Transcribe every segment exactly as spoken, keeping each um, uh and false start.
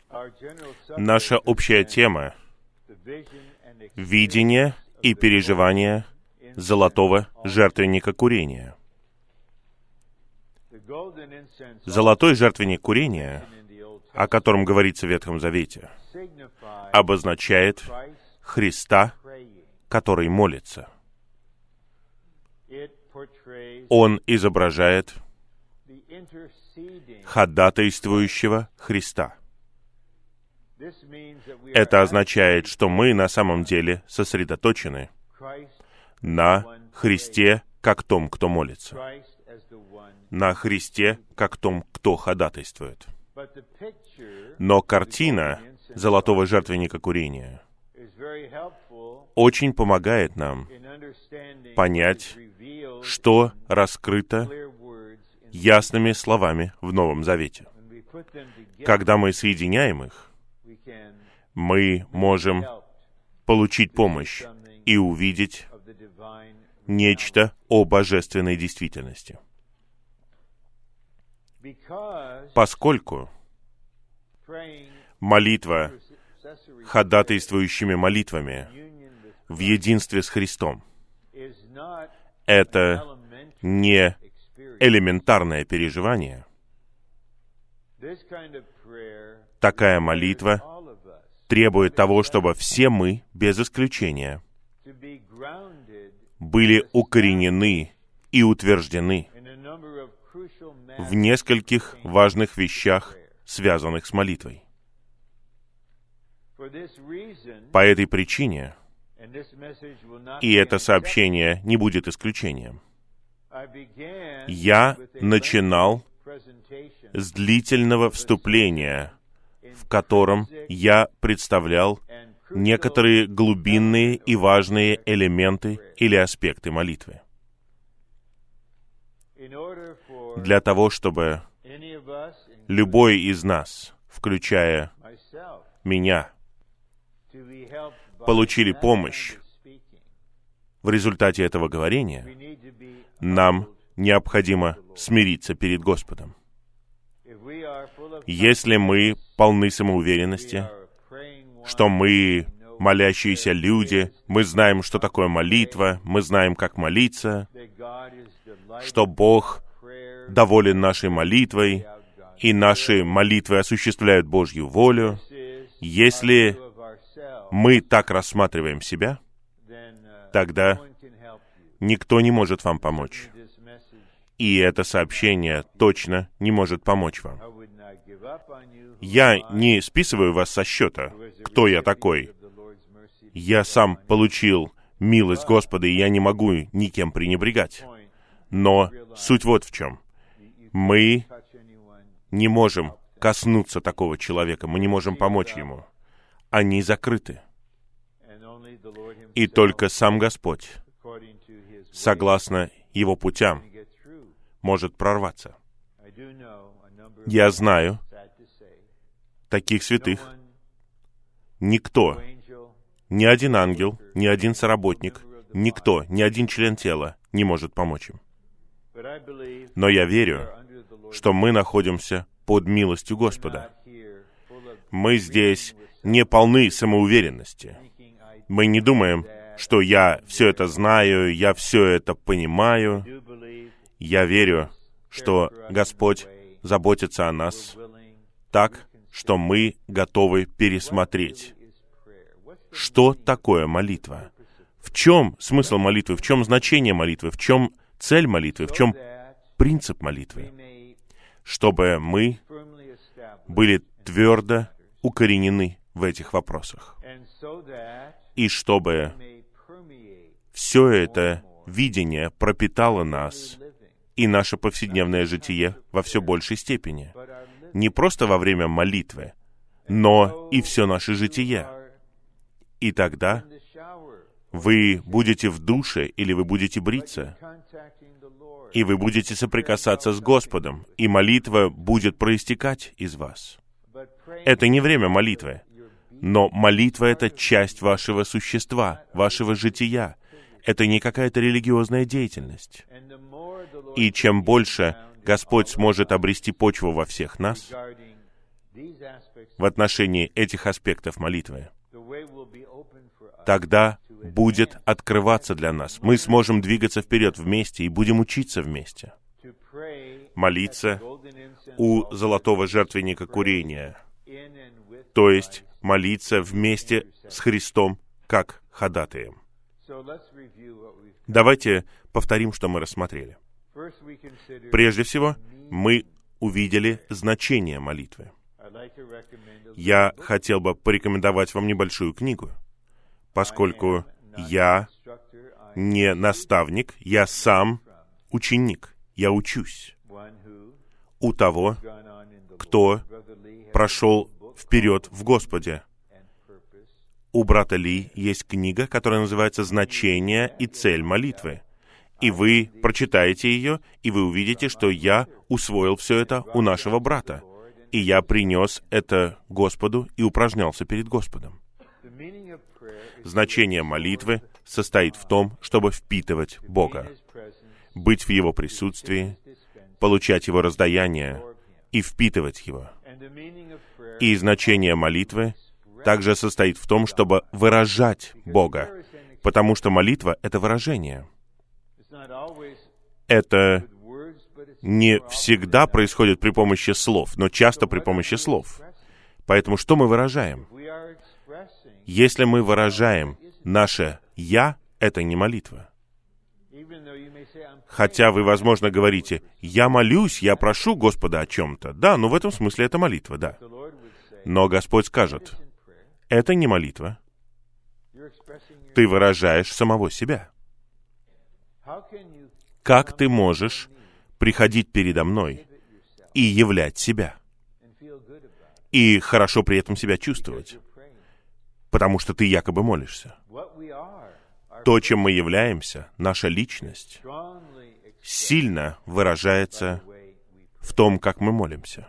Наша общая тема — видение и переживание золотого жертвенника курения. Золотой жертвенник курения, о котором говорится в Ветхом Завете, обозначает Христа, который молится. Он изображает ходатайствующего Христа. Это означает, что мы на самом деле сосредоточены на Христе, как том, кто молится, на Христе, как том, кто ходатайствует. Но картина золотого жертвенника курения очень помогает нам понять, что раскрыто ясными словами в Новом Завете. Когда мы соединяем их, мы можем получить помощь и увидеть нечто о божественной действительности. Поскольку молитва ходатайствующими молитвами в единстве с Христом — это не элементарное переживание, такая молитва требует того, чтобы все мы, без исключения, были укоренены и утверждены в нескольких важных вещах, связанных с молитвой. По этой причине, и это сообщение не будет исключением, я начинал с длительного вступления, в котором я представлял некоторые глубинные и важные элементы или аспекты молитвы. Для того, чтобы любой из нас, включая меня, получили помощь в результате этого говорения, нам необходимо смириться перед Господом. Если мы полны самоуверенности, что мы молящиеся люди, мы знаем, что такое молитва, мы знаем, как молиться, что Бог доволен нашей молитвой, и наши молитвы осуществляют Божью волю, если мы так рассматриваем себя, тогда никто не может вам помочь. И это сообщение точно не может помочь вам. Я не списываю вас со счета, кто я такой. Я сам получил милость Господа, и я не могу никем пренебрегать. Но суть вот в чем. Мы не можем коснуться такого человека, мы не можем помочь ему. Они закрыты. И только сам Господь, согласно Его путям, может прорваться. Я знаю таких святых. Никто, ни один ангел, ни один соработник, никто, ни один член тела не может помочь им. Но я верю, что мы находимся под милостью Господа. Мы здесь не полны самоуверенности. Мы не думаем, что я все это знаю, я все это понимаю. Я верю, что Господь заботится о нас так, что мы готовы пересмотреть, что такое молитва. В чем смысл молитвы, в чем значение молитвы, в чем цель молитвы, в чем принцип молитвы, чтобы мы были твердо укоренены в этих вопросах, и чтобы все это видение пропитало нас и наше повседневное житие во все большей степени. Не просто во время молитвы, но и все наше житие. И тогда вы будете в душе, или вы будете бриться, и вы будете соприкасаться с Господом, и молитва будет проистекать из вас. Это не время молитвы, но молитва — это часть вашего существа, вашего жития. Это не какая-то религиозная деятельность. И чем больше Господь сможет обрести почву во всех нас в отношении этих аспектов молитвы, тогда будет открываться для нас. Мы сможем двигаться вперед вместе и будем учиться вместе. Молиться у золотого жертвенника курения, то есть молиться вместе с Христом как ходатаем. Давайте повторим, что мы рассмотрели. Прежде всего, мы увидели значение молитвы. Я хотел бы порекомендовать вам небольшую книгу, поскольку я не наставник, я сам ученик, я учусь у того, кто прошел вперед в Господе. У брата Ли есть книга, которая называется «Значение и цель молитвы». И вы прочитаете ее, и вы увидите, что я усвоил все это у нашего брата. И я принес это Господу и упражнялся перед Господом. Значение молитвы состоит в том, чтобы впитывать Бога, быть в Его присутствии, получать Его раздаяние и впитывать Его. И значение молитвы также состоит в том, чтобы выражать Бога, потому что молитва — это выражение. Это не всегда происходит при помощи слов, но часто при помощи слов. Поэтому что мы выражаем? Если мы выражаем наше «я», это не молитва. Хотя вы, возможно, говорите, «я молюсь, я прошу Господа о чем-то». Да, но в этом смысле это молитва, да. Но Господь скажет, это не молитва. Ты выражаешь самого себя. Как ты можешь приходить передо мной и являть себя? И хорошо при этом себя чувствовать, потому что ты якобы молишься. То, чем мы являемся, наша личность, сильно выражается в том, как мы молимся.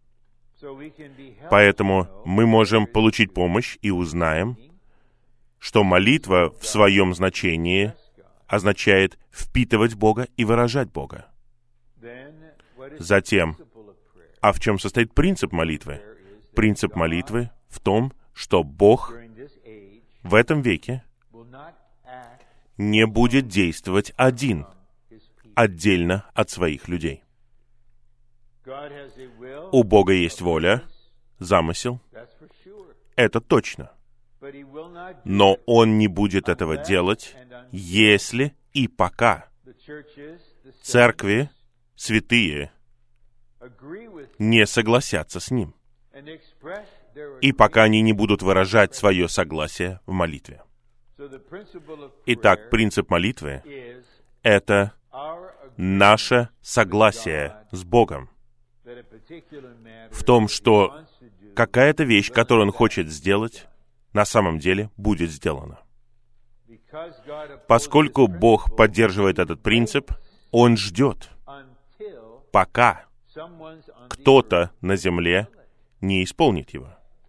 Поэтому мы можем получить помощь и узнаем, что молитва в своем значении означает впитывать Бога и выражать Бога. Затем, а в чем состоит принцип молитвы? Принцип молитвы в том, что Бог в этом веке не будет действовать один, отдельно от своих людей. У Бога есть воля, замысел, это точно. Но Он не будет этого делать, если и пока церкви, святые, не согласятся с Ним, и пока они не будут выражать свое согласие в молитве. Итак, принцип молитвы — это наше согласие с Богом в том, что какая-то вещь, которую Он хочет сделать, на самом деле будет сделана. Поскольку Бог поддерживает этот принцип, Он ждет, пока кто-то на земле не исполнит его.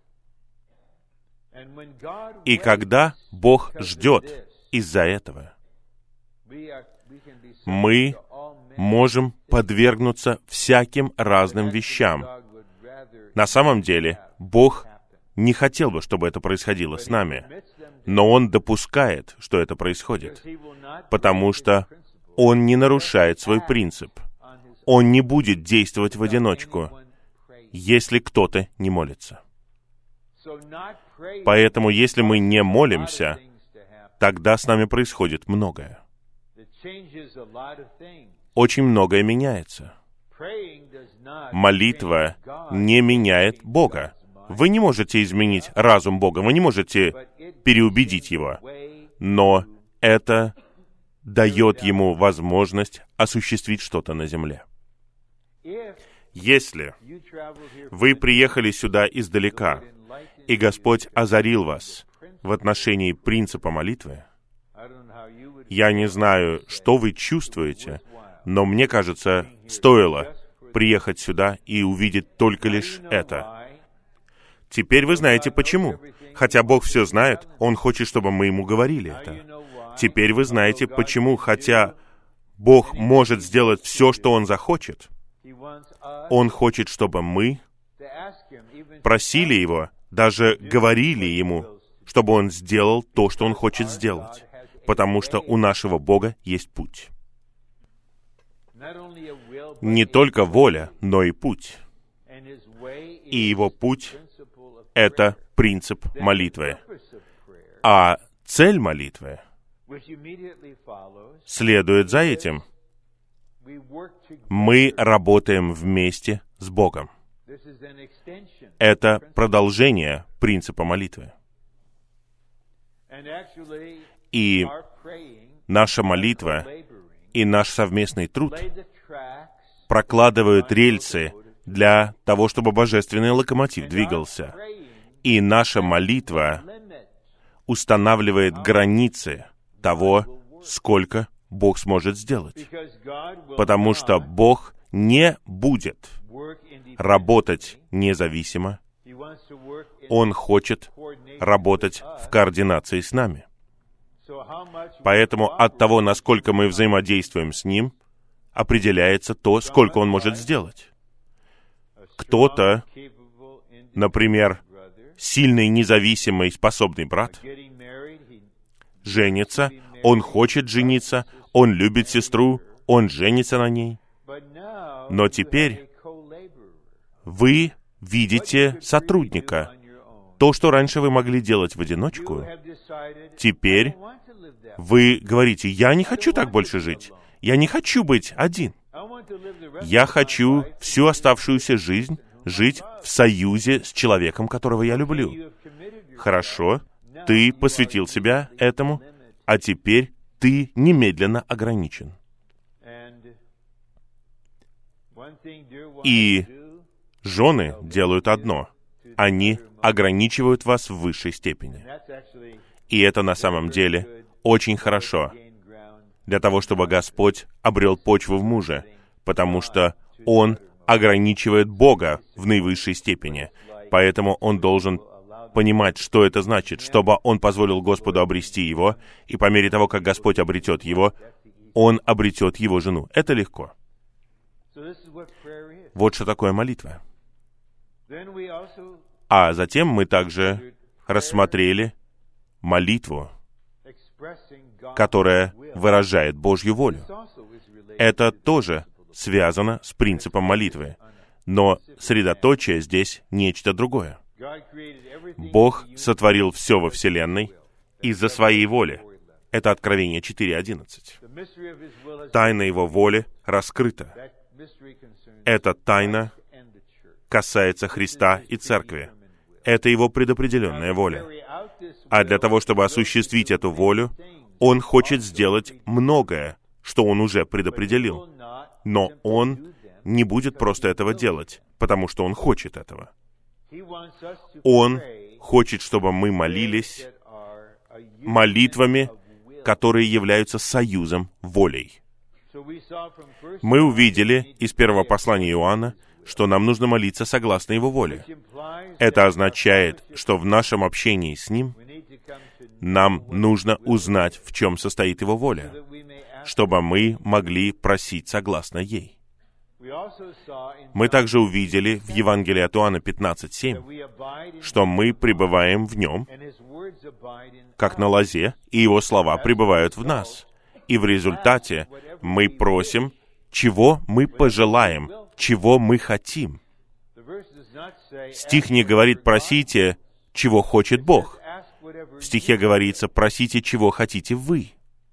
И когда Бог ждет из-за этого, мы можем подвергнуться всяким разным вещам. На самом деле, Бог не хотел бы, чтобы это происходило с нами, но Он допускает, что это происходит, потому что Он не нарушает свой принцип. Он не будет действовать в одиночку, если кто-то не молится. Поэтому, если мы не молимся, тогда с нами происходит многое. Очень многое меняется. Молитва не меняет Бога. Вы не можете изменить разум Бога, вы не можете переубедить Его, но это дает Ему возможность осуществить что-то на земле. Если вы приехали сюда издалека, и Господь озарил вас в отношении принципа молитвы, я не знаю, что вы чувствуете, но мне кажется, стоило приехать сюда и увидеть только лишь это. Теперь вы знаете почему. Хотя Бог все знает, Он хочет, чтобы мы Ему говорили это. Теперь вы знаете почему, хотя Бог может сделать все, что Он захочет. Он хочет, чтобы мы просили Его, даже говорили Ему, чтобы Он сделал то, что Он хочет сделать, потому что у нашего Бога есть путь. Не только воля, но и путь. И Его путь — это принцип молитвы. А цель молитвы следует за этим. Мы работаем вместе с Богом. Это продолжение принципа молитвы. И наша молитва и наш совместный труд прокладывают рельсы для того, чтобы божественный локомотив двигался. И наша молитва устанавливает границы того, сколько Бог сможет сделать. Потому что Бог не будет работать независимо. Он хочет работать в координации с нами. Поэтому от того, насколько мы взаимодействуем с Ним, определяется то, сколько Он может сделать. Кто-то, например, сильный, независимый, способный брат, женится, он хочет жениться, он любит сестру, он женится на ней. Но теперь вы видите сотрудника. То, что раньше вы могли делать в одиночку, теперь вы говорите: «Я не хочу так больше жить. Я не хочу быть один. Я хочу всю оставшуюся жизнь жить в союзе с человеком, которого я люблю». Хорошо, ты посвятил себя этому, а теперь ты немедленно ограничен. И жены делают одно. Они ограничивают вас в высшей степени. И это на самом деле очень хорошо для того, чтобы Господь обрел почву в муже, потому что Он ограничивает Бога в наивысшей степени. Поэтому он должен понимать, что это значит, чтобы он позволил Господу обрести его, и по мере того, как Господь обретет его, он обретет его жену. Это легко. Вот что такое молитва. А затем мы также рассмотрели молитву, которая выражает Божью волю. Это тоже связано с принципом молитвы, но средоточие здесь нечто другое. Бог сотворил все во Вселенной из-за своей воли. Это Откровение четыре одиннадцать. Тайна Его воли раскрыта. Эта тайна касается Христа и Церкви. Это Его предопределенная воля. А для того, чтобы осуществить эту волю, Он хочет сделать многое, что Он уже предопределил. Но Он не будет просто этого делать, потому что Он хочет этого. Он хочет, чтобы мы молились молитвами, которые являются союзом волей. Мы увидели из первого послания Иоанна, что нам нужно молиться согласно Его воле. Это означает, что в нашем общении с Ним нам нужно узнать, в чем состоит Его воля, чтобы мы могли просить согласно ей. Мы также увидели в Евангелии от Иоанна пятнадцать семь, что мы пребываем в Нем, как на лозе, и Его слова пребывают в нас. И в результате мы просим, чего мы пожелаем, чего мы хотим. Стих не говорит «просите, чего хочет Бог». В стихе говорится «просите, чего хотите вы».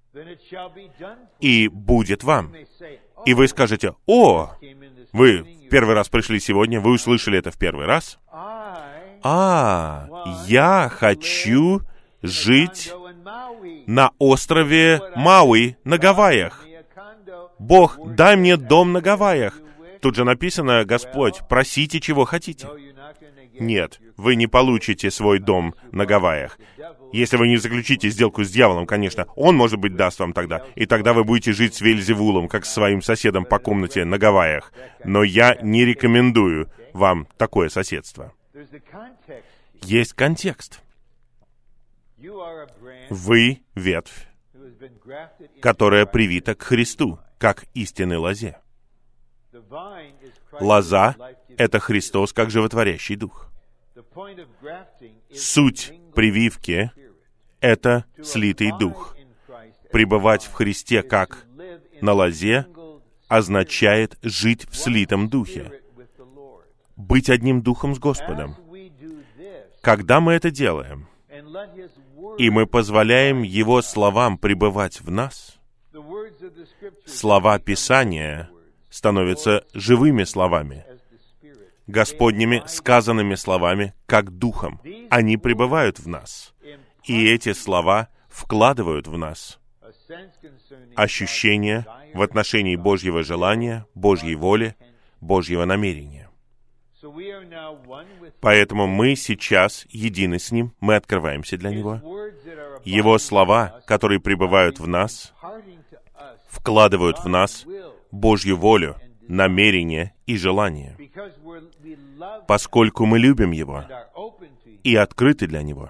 И будет вам. И вы скажете: «О, вы первый раз пришли сегодня, вы услышали это в первый раз. А, я хочу жить на острове Мауи на Гавайях. Бог, дай мне дом на Гавайях». Тут же написано: «Господь, просите, чего хотите». Нет, вы не получите свой дом на Гавайях. Если вы не заключите сделку с дьяволом, конечно, он, может быть, даст вам тогда. И тогда вы будете жить с Вельзевулом, как с своим соседом по комнате на Гавайях. Но я не рекомендую вам такое соседство. Есть контекст. Вы ветвь, которая привита к Христу, как истинной лозе. Лоза — это Христос как животворящий Дух. Суть прививки — это слитый Дух. Пребывать в Христе как на лозе означает жить в слитом Духе, быть одним Духом с Господом. Когда мы это делаем, и мы позволяем Его словам пребывать в нас, слова Писания становятся живыми словами, Господними сказанными словами, как Духом. Они пребывают в нас, и эти слова вкладывают в нас ощущение в отношении Божьего желания, Божьей воли, Божьего намерения. Поэтому мы сейчас едины с Ним, мы открываемся для Него. Его слова, которые пребывают в нас, вкладывают в нас Божью волю, намерение и желание, поскольку мы любим Его и открыты для Него.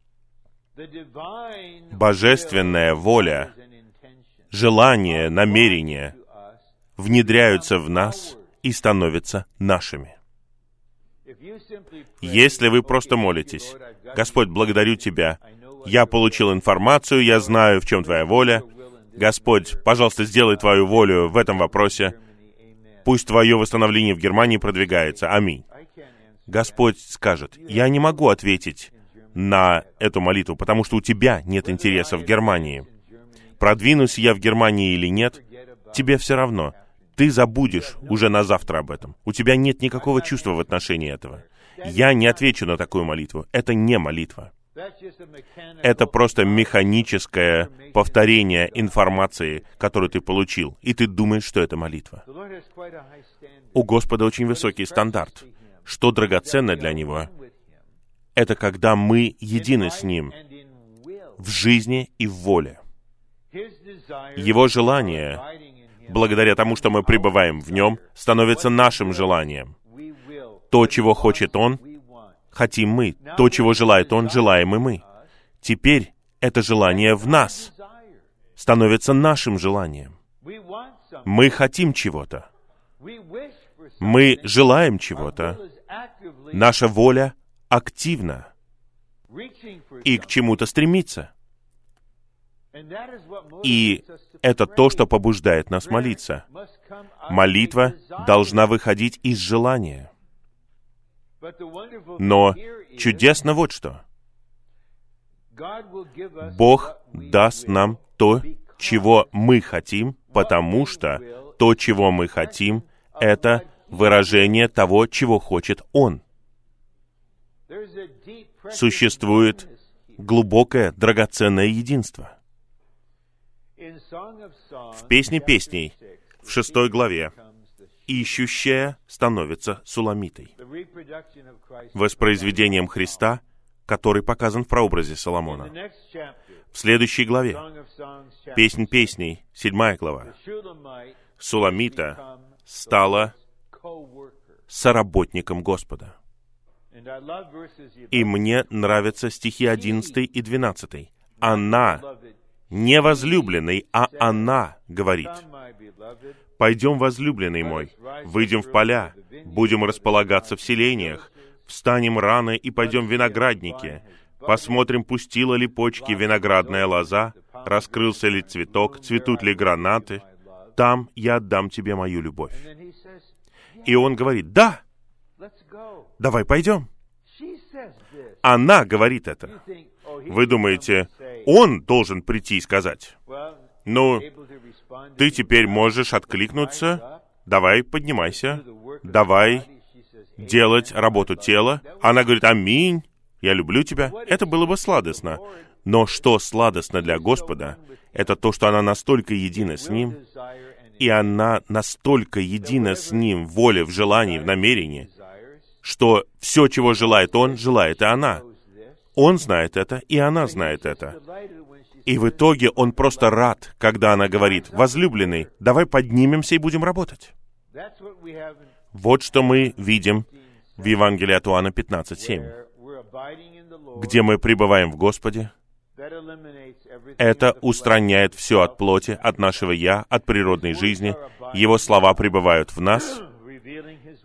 Божественная воля, желание, намерение внедряются в нас и становятся нашими. Если вы просто молитесь: «Господь, благодарю Тебя, я получил информацию, я знаю, в чем Твоя воля. Господь, пожалуйста, сделай Твою волю в этом вопросе. Пусть Твое восстановление в Германии продвигается. Аминь». Господь скажет: «Я не могу ответить на эту молитву, потому что у тебя нет интереса в Германии. Продвинусь я в Германии или нет, тебе все равно. Ты забудешь уже на завтра об этом. У тебя нет никакого чувства в отношении этого. Я не отвечу на такую молитву. Это не молитва. Это просто механическое повторение информации, которую ты получил, и ты думаешь, что это молитва. У Господа очень высокий стандарт. Что драгоценно для Него? Это когда мы едины с Ним в жизни и в воле. Его желание, благодаря тому, что мы пребываем в Нем, становится нашим желанием. То, чего хочет Он, хотим мы. То, чего желает Он, желаем и мы. Теперь это желание в нас становится нашим желанием. Мы хотим чего-то. Мы желаем чего-то. Наша воля активна и к чему-то стремится. И это то, что побуждает нас молиться. Молитва должна выходить из желания. Но чудесно вот что. Бог даст нам то, чего мы хотим, потому что то, чего мы хотим, это выражение того, чего хочет Он. Существует глубокое, драгоценное единство. В «Песне песней» в шестой главе ищущая становится суламитой, воспроизведением Христа, который показан в прообразе Соломона. В следующей главе, «Песнь песней», седьмая глава, Суламита стала соработником Господа. И мне нравятся стихи одиннадцатый и двенадцатый. Она, не возлюбленный, а она говорит: «Пойдем, возлюбленный мой, выйдем в поля, будем располагаться в селениях, встанем рано и пойдем в виноградники, посмотрим, пустила ли почки виноградная лоза, раскрылся ли цветок, цветут ли гранаты, там я отдам тебе мою любовь». И он говорит: «Да, давай пойдем». Она говорит это. Вы думаете, он должен прийти и сказать: «Ну, ты теперь можешь откликнуться, давай поднимайся, давай делать работу тела». Она говорит: «Аминь, я люблю тебя». Это было бы сладостно. Но что сладостно для Господа, это то, что она настолько едина с Ним, и она настолько едина с Ним в воле, в желании, в намерении, что все, чего желает Он, желает и она. Он знает это, и она знает это. И в итоге он просто рад, когда она говорит: «Возлюбленный, давай поднимемся и будем работать». Вот что мы видим в Евангелии от Иоанна пятнадцать семь, где мы пребываем в Господе. Это устраняет все от плоти, от нашего «я», от природной жизни. Его слова пребывают в нас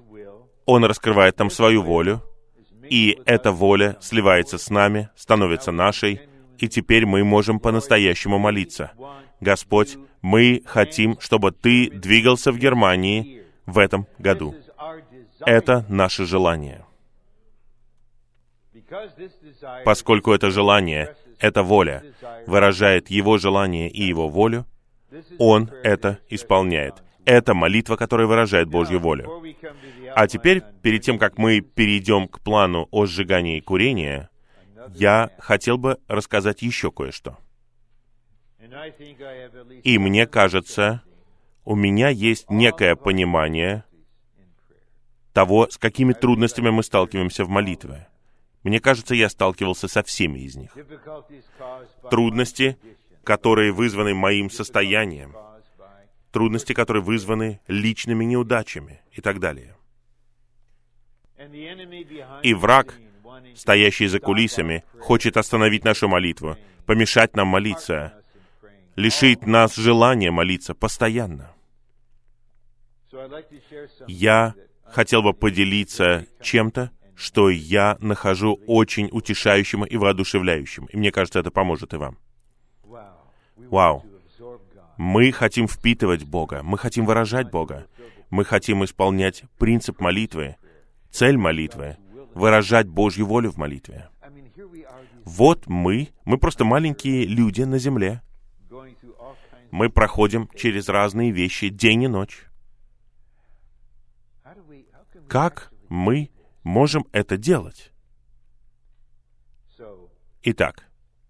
Он раскрывает нам свою волю, и эта воля сливается с нами, становится нашей, и теперь мы можем по-настоящему молиться. Господь, мы хотим, чтобы Ты двигался в Германии в этом году. Это наше желание. Поскольку это желание, эта воля выражает Его желание и Его волю, Он это исполняет. Это молитва, которая выражает Божью волю. А теперь, перед тем, как мы перейдем к плану о сжигании курения, я хотел бы рассказать еще кое-что. И мне кажется, у меня есть некое понимание того, с какими трудностями мы сталкиваемся в молитве. Мне кажется, я сталкивался со всеми из них. Трудности, которые вызваны моим состоянием, трудности, которые вызваны личными неудачами и так далее. И враг, стоящий за кулисами, хочет остановить нашу молитву, помешать нам молиться, лишить нас желания молиться постоянно. Я хотел бы поделиться чем-то, что я нахожу очень утешающим и воодушевляющим. И мне кажется, это поможет и вам. Вау! Мы хотим впитывать Бога, мы хотим выражать Бога, мы хотим исполнять принцип молитвы, цель молитвы, выражать Божью волю в молитве. Вот мы, мы просто маленькие люди на земле. Мы проходим через разные вещи день и ночь. Как мы можем это делать? Итак,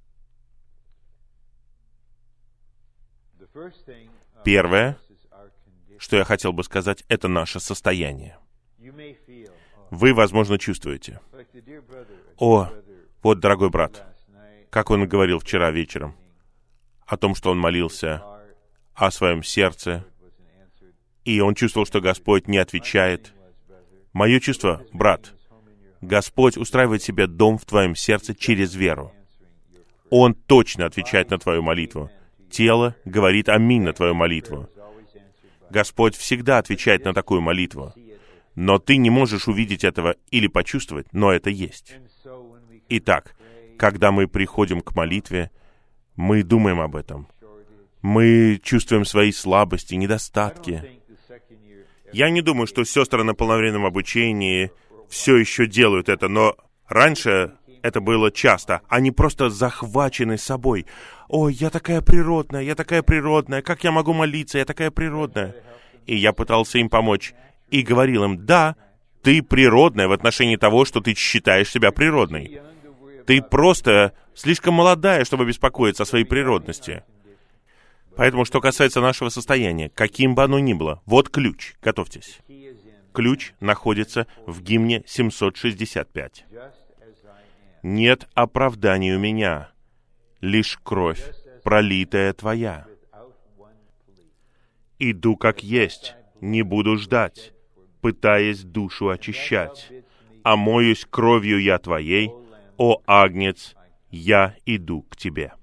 первое, что я хотел бы сказать, это наше состояние. Вы, возможно, чувствуете: «О, вот, дорогой брат, как он говорил вчера вечером о том, что он молился о своем сердце, и он чувствовал, что Господь не отвечает». Мое чувство, брат, Господь устраивает себе дом в твоем сердце через веру. Он точно отвечает на твою молитву. Тело говорит аминь на твою молитву. Господь всегда отвечает на такую молитву. Но ты не можешь увидеть этого или почувствовать, но это есть. Итак, когда мы приходим к молитве, мы думаем об этом. Мы чувствуем свои слабости, недостатки. Я не думаю, что сестры на полновременном обучении все еще делают это, но раньше это было часто. Они просто захвачены собой. «Ой, я такая природная, я такая природная, как я могу молиться, я такая природная». И я пытался им помочь. И говорил им: да, ты природная в отношении того, что ты считаешь себя природной. Ты просто слишком молодая, чтобы беспокоиться о своей природности. Поэтому, что касается нашего состояния, каким бы оно ни было, вот ключ, готовьтесь. Ключ находится в гимне семьсот шестьдесят пять. «Нет оправдания у меня, лишь кровь, пролитая Твоя. Иду как есть, не буду ждать, пытаясь душу очищать. Омоюсь кровью я Твоей, о Агнец, я иду к Тебе».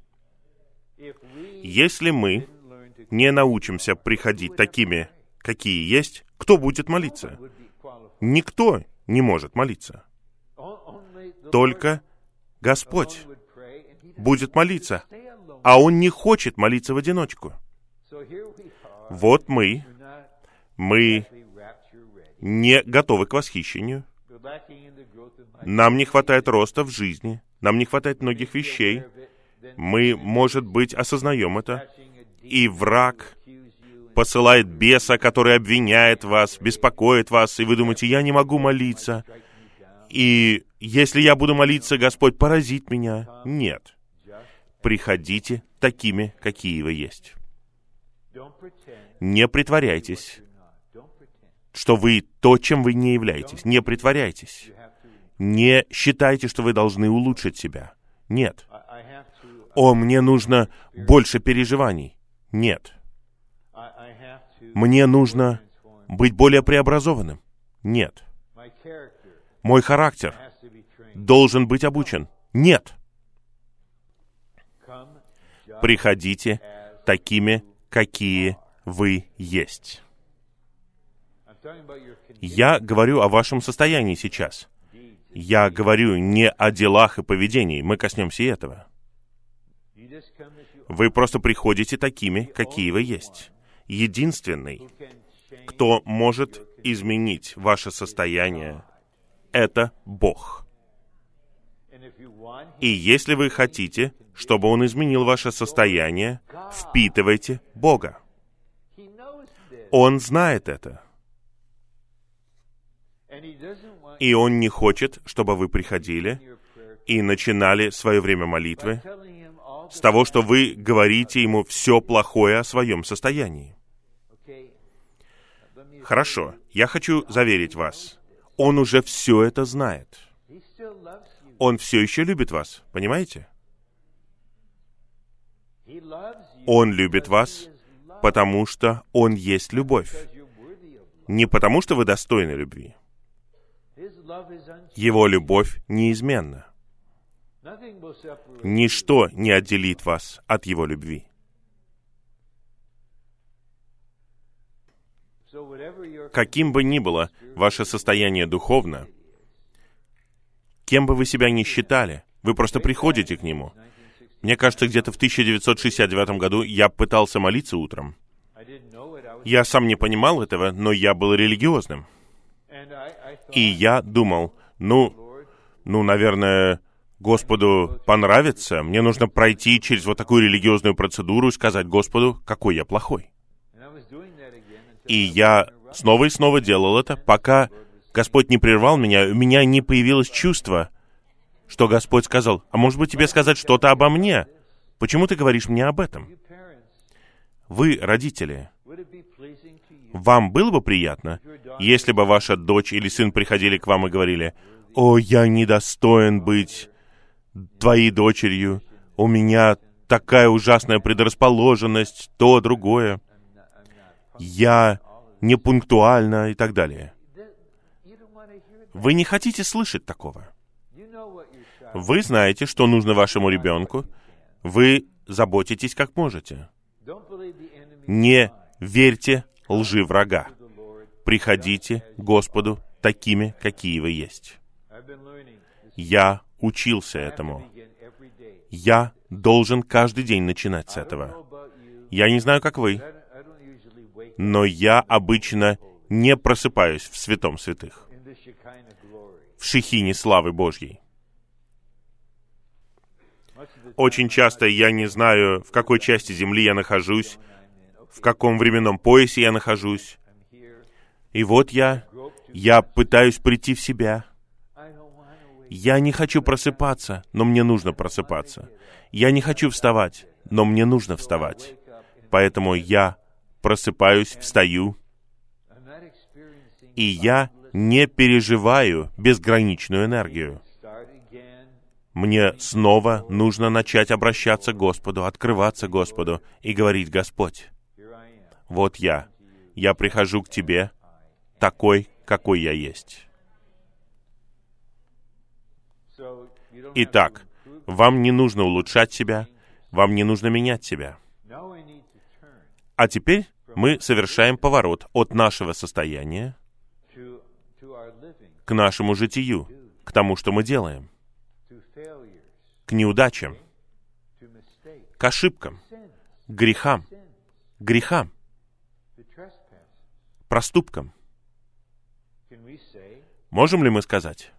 Если мы не научимся приходить такими, какие есть, кто будет молиться? Никто не может молиться. Только Господь будет молиться, а Он не хочет молиться в одиночку. Вот мы, мы не готовы к восхищению. Нам не хватает роста в жизни, нам не хватает многих вещей. Мы, может быть, осознаем это, и враг посылает беса, который обвиняет вас, беспокоит вас, и вы думаете: я не могу молиться, и если я буду молиться, Господь поразит меня. Нет. Приходите такими, какие вы есть. Не притворяйтесь, что вы то, чем вы не являетесь. Не притворяйтесь. Не считайте, что вы должны улучшить себя. Нет. «О, мне нужно больше переживаний». Нет. «Мне нужно быть более преобразованным». Нет. «Мой характер должен быть обучен». Нет. Приходите такими, какие вы есть. Я говорю о вашем состоянии сейчас. Я говорю не о делах и поведении. Мы коснемся и этого. Вы просто приходите такими, какие вы есть. Единственный, кто может изменить ваше состояние, это Бог. И если вы хотите, чтобы Он изменил ваше состояние, впитывайте Бога. Он знает это. И Он не хочет, чтобы вы приходили и начинали свое время молитвы с того, что вы говорите Ему все плохое о своем состоянии. Хорошо, я хочу заверить вас. Он уже все это знает. Он все еще любит вас, понимаете? Он любит вас, потому что Он есть любовь. Не потому, что вы достойны любви. Его любовь неизменна. Ничто не отделит вас от Его любви. Каким бы ни было ваше состояние духовно, кем бы вы себя ни считали, вы просто приходите к Нему. Мне кажется, где-то в тысяча девятьсот шестьдесят девятом году я пытался молиться утром. Я сам не понимал этого, но я был религиозным. И я думал, ну, ну, наверное, Господу понравится, мне нужно пройти через вот такую религиозную процедуру и сказать Господу, какой я плохой. И я снова и снова делал это, пока Господь не прервал меня, у меня не появилось чувство, что Господь сказал, а может быть тебе сказать что-то обо мне? Почему ты говоришь мне об этом? Вы, родители, вам было бы приятно, если бы ваша дочь или сын приходили к вам и говорили, «О, я недостоин быть твоей дочерью, у меня такая ужасная предрасположенность, то, другое, я непунктуальна» и так далее. Вы не хотите слышать такого. Вы знаете, что нужно вашему ребенку, вы заботитесь как можете. Не верьте лжи врага. Приходите к Господу такими, какие вы есть. Я учился этому. Я должен каждый день начинать с этого. Я не знаю, как вы, но я обычно не просыпаюсь в святом святых, в шехине славы Божьей. Очень часто я не знаю, в какой части земли я нахожусь, в каком временном поясе я нахожусь. И вот я, я пытаюсь прийти в себя. Я не хочу просыпаться, но мне нужно просыпаться. Я не хочу вставать, но мне нужно вставать. Поэтому я просыпаюсь, встаю, и я не переживаю безграничную энергию. Мне снова нужно начать обращаться к Господу, открываться Господу и говорить: «Господь, вот я, я прихожу к Тебе такой, какой я есть». Итак, вам не нужно улучшать себя, вам не нужно менять себя. А теперь мы совершаем поворот от нашего состояния к нашему житию, к тому, что мы делаем, к неудачам, к ошибкам, к грехам, к грехам, проступкам. Можем ли мы сказать: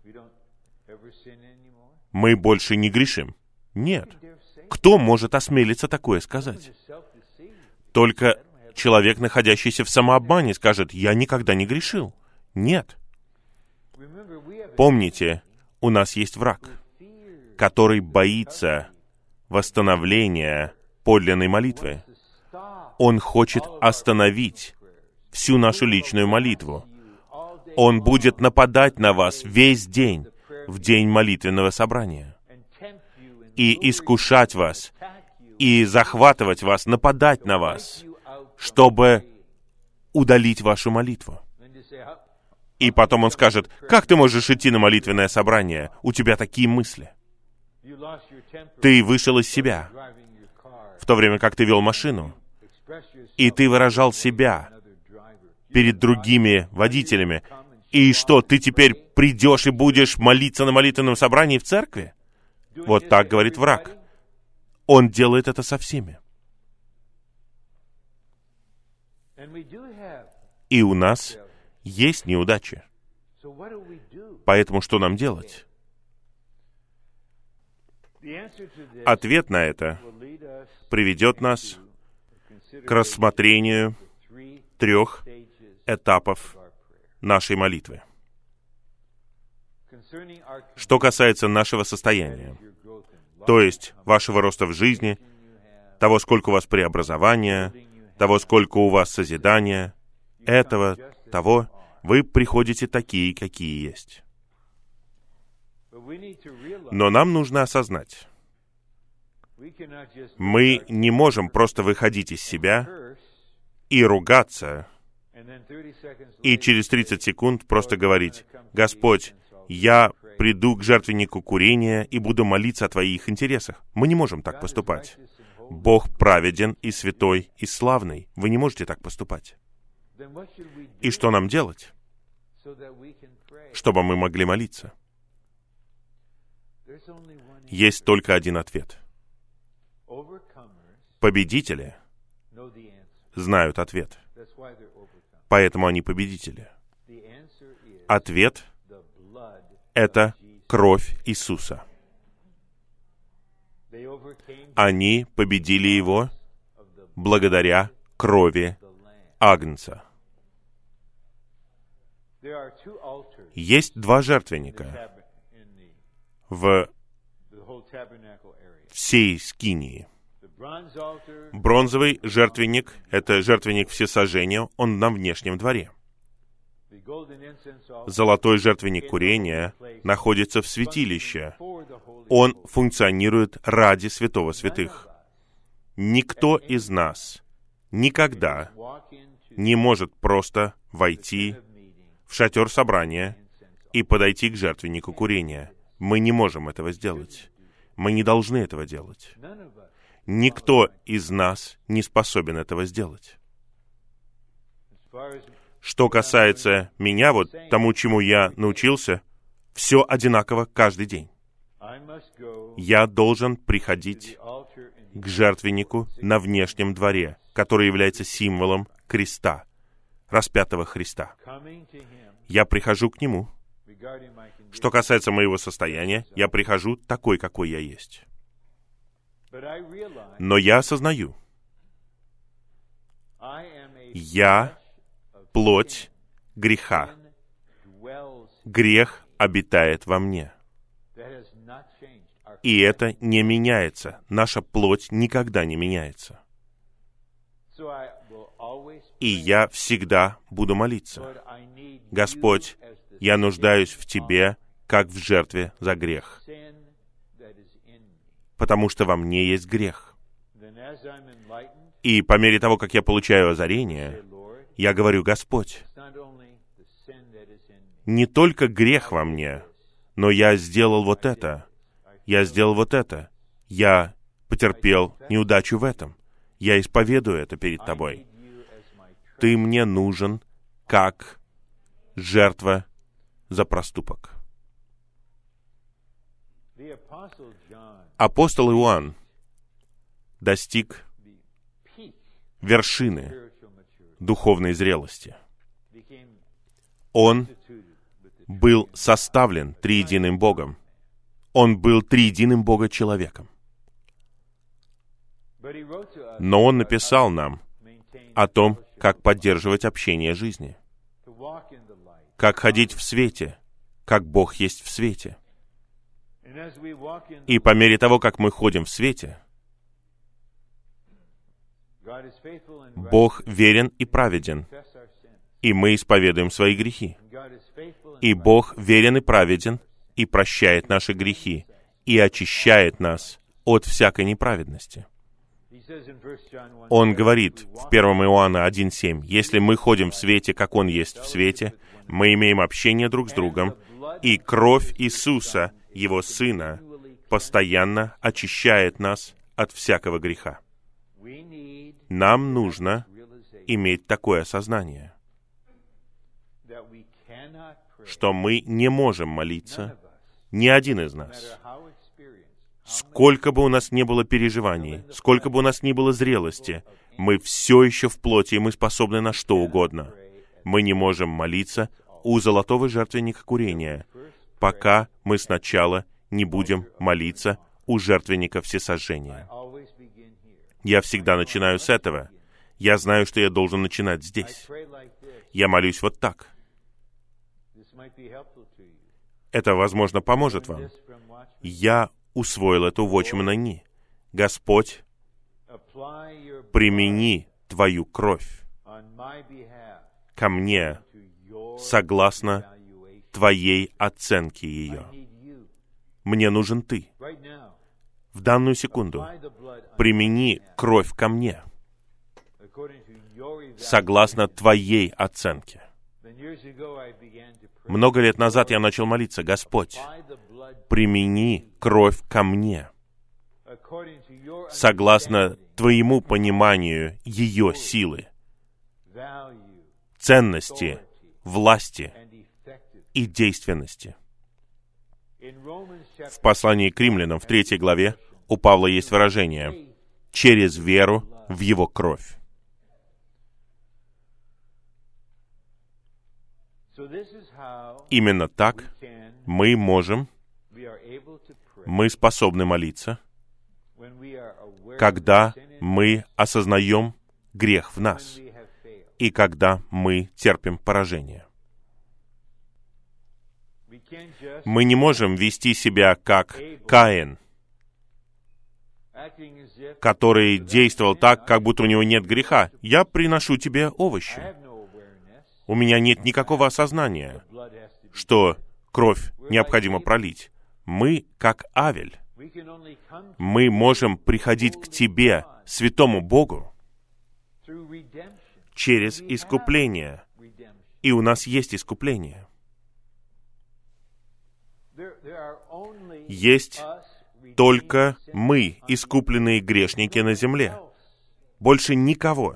мы больше не грешим? Нет. Кто может осмелиться такое сказать? Только человек, находящийся в самообмане, скажет: я никогда не грешил. Нет. Помните, у нас есть враг, который боится восстановления подлинной молитвы. Он хочет остановить всю нашу личную молитву. Он будет нападать на вас весь день, в день молитвенного собрания, и искушать вас, и захватывать вас, нападать на вас, чтобы удалить вашу молитву. И потом он скажет: как ты можешь идти на молитвенное собрание? У тебя такие мысли. Ты вышел из себя, в то время как ты вел машину, и ты выражал себя, перед другими водителями. И что, ты теперь придешь и будешь молиться на молитвенном собрании в церкви? Вот так говорит враг. Он делает это со всеми. И у нас есть неудачи. Поэтому что нам делать? Ответ на это приведет нас к рассмотрению трех этапов нашей молитвы. Что касается нашего состояния, то есть вашего роста в жизни, того, сколько у вас преобразования, того, сколько у вас созидания, этого, того, вы приходите такие, какие есть. Но нам нужно осознать, мы не можем просто выходить из себя и ругаться, и через тридцать секунд просто говорить: «Господь, я приду к жертвеннику курения и буду молиться о Твоих интересах». Мы не можем так поступать. Бог праведен и святой и славный. Вы не можете так поступать. И что нам делать, чтобы мы могли молиться? Есть только один ответ. Победители знают ответ. Поэтому они победители. Ответ — это кровь Иисуса. Они победили Его благодаря крови Агнца. Есть два жертвенника в всей скинии. Бронзовый жертвенник — это жертвенник всесожжения, он на внешнем дворе. Золотой жертвенник курения находится в святилище. Он функционирует ради святого святых. Никто из нас никогда не может просто войти в шатер собрания и подойти к жертвеннику курения. Мы не можем этого сделать. Мы не должны этого делать. Никто из нас не способен этого сделать. Что касается меня, вот тому, чему я научился, все одинаково каждый день. Я должен приходить к жертвеннику на внешнем дворе, который является символом креста, распятого Христа. Я прихожу к Нему. Что касается моего состояния, я прихожу такой, какой я есть. Но я осознаю, я плоть греха. Грех обитает во мне. И это не меняется. Наша плоть никогда не меняется. И я всегда буду молиться: Господь, я нуждаюсь в Тебе, как в жертве за грех, потому что во мне есть грех. И по мере того, как я получаю озарение, я говорю: Господь, не только грех во мне, но я сделал вот это, я сделал вот это, я потерпел неудачу в этом, я исповедую это перед Тобой. Ты мне нужен как жертва за проступок. Апостол Иоанн достиг вершины духовной зрелости. Он был составлен триединым Богом. Он был триединым Бога-человеком. Но он написал нам о том, как поддерживать общение жизни, как ходить в свете, как Бог есть в свете. И по мере того, как мы ходим в свете, Бог верен и праведен, и мы исповедуем свои грехи. И Бог верен и праведен, и прощает наши грехи, и очищает нас от всякой неправедности. Он говорит в первом Иоанна один семь: «Если мы ходим в свете, как Он есть в свете, мы имеем общение друг с другом, и кровь Иисуса, Его Сына, постоянно очищает нас от всякого греха». Нам нужно иметь такое осознание. что мы не можем молиться, ни один из нас. Сколько бы у нас не было переживаний, сколько бы у нас ни было зрелости, мы все еще в плоти, и мы способны на что угодно. Мы не можем молиться у золотого жертвенника курения, пока мы сначала не будем молиться у жертвенника всесожжения. Я всегда начинаю с этого. Я знаю, что я должен начинать здесь. Я молюсь вот так. Это, возможно, поможет вам. Я усвоил это у Watchman Nee. Господь, примени Твою кровь ко мне согласно Твоей оценке ее. Мне нужен Ты. В данную секунду примени кровь ко мне согласно Твоей оценке. Много лет назад я начал молиться: Господь, примени кровь ко мне согласно Твоему пониманию ее силы, ценности, власти и действенности. В послании к римлянам в третьей главе у Павла есть выражение «через веру в Его кровь». Именно так мы можем, мы способны молиться, когда мы осознаем грех в нас и когда мы терпим поражение. Мы не можем вести себя как Каин, который действовал так, как будто у него нет греха. Я приношу тебе овощи. У меня нет никакого осознания, что кровь необходимо пролить. Мы как Авель. Мы можем приходить к тебе, святому Богу, через искупление. И у нас есть искупление. Есть только мы, искупленные грешники на земле. Больше никого.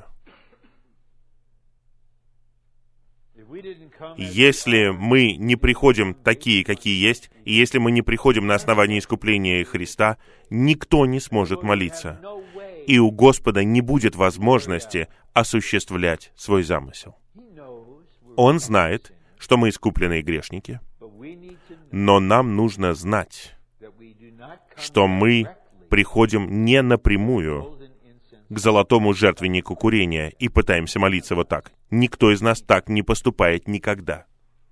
Если мы не приходим такие, какие есть, и если мы не приходим на основании искупления Христа, никто не сможет молиться. И у Господа не будет возможности осуществлять свой замысел. Он знает, что мы искупленные грешники, но нам нужно знать, что мы приходим не напрямую к золотому жертвеннику курения и пытаемся молиться вот так. Никто из нас так не поступает никогда.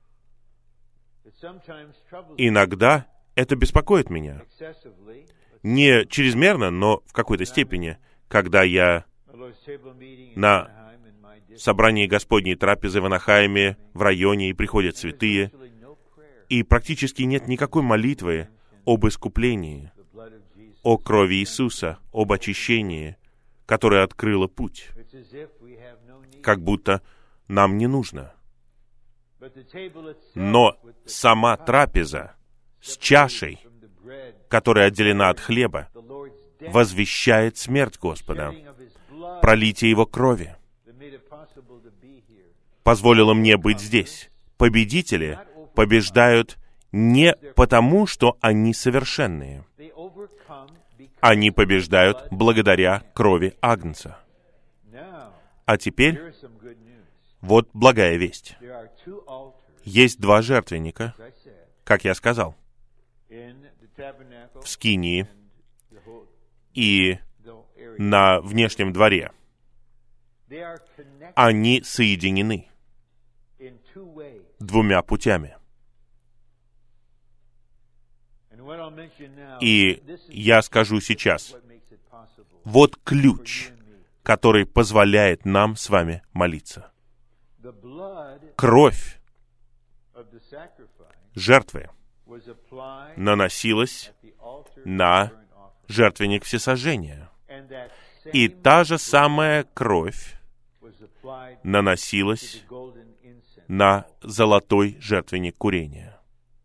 Иногда это беспокоит меня. Не чрезмерно, но в какой-то степени, когда я на собрании Господней трапезы в Анахайме, в районе, и приходят святые, и практически нет никакой молитвы об искуплении, о крови Иисуса, об очищении, которое открыло путь. Как будто нам не нужно. Но сама трапеза с чашей, которая отделена от хлеба, возвещает смерть Господа, пролитие Его крови, позволило мне быть здесь. Победители побеждают не потому, что они совершенные. Они побеждают благодаря крови Агнца. А теперь вот благая весть. Есть два жертвенника, как я сказал, в скинии и на внешнем дворе. Они соединены двумя путями. И я скажу сейчас, вот ключ, который позволяет нам с вами молиться. Кровь жертвы наносилась на жертвенник всесожжения. И та же самая кровь наносилась на золотой жертвенник курения.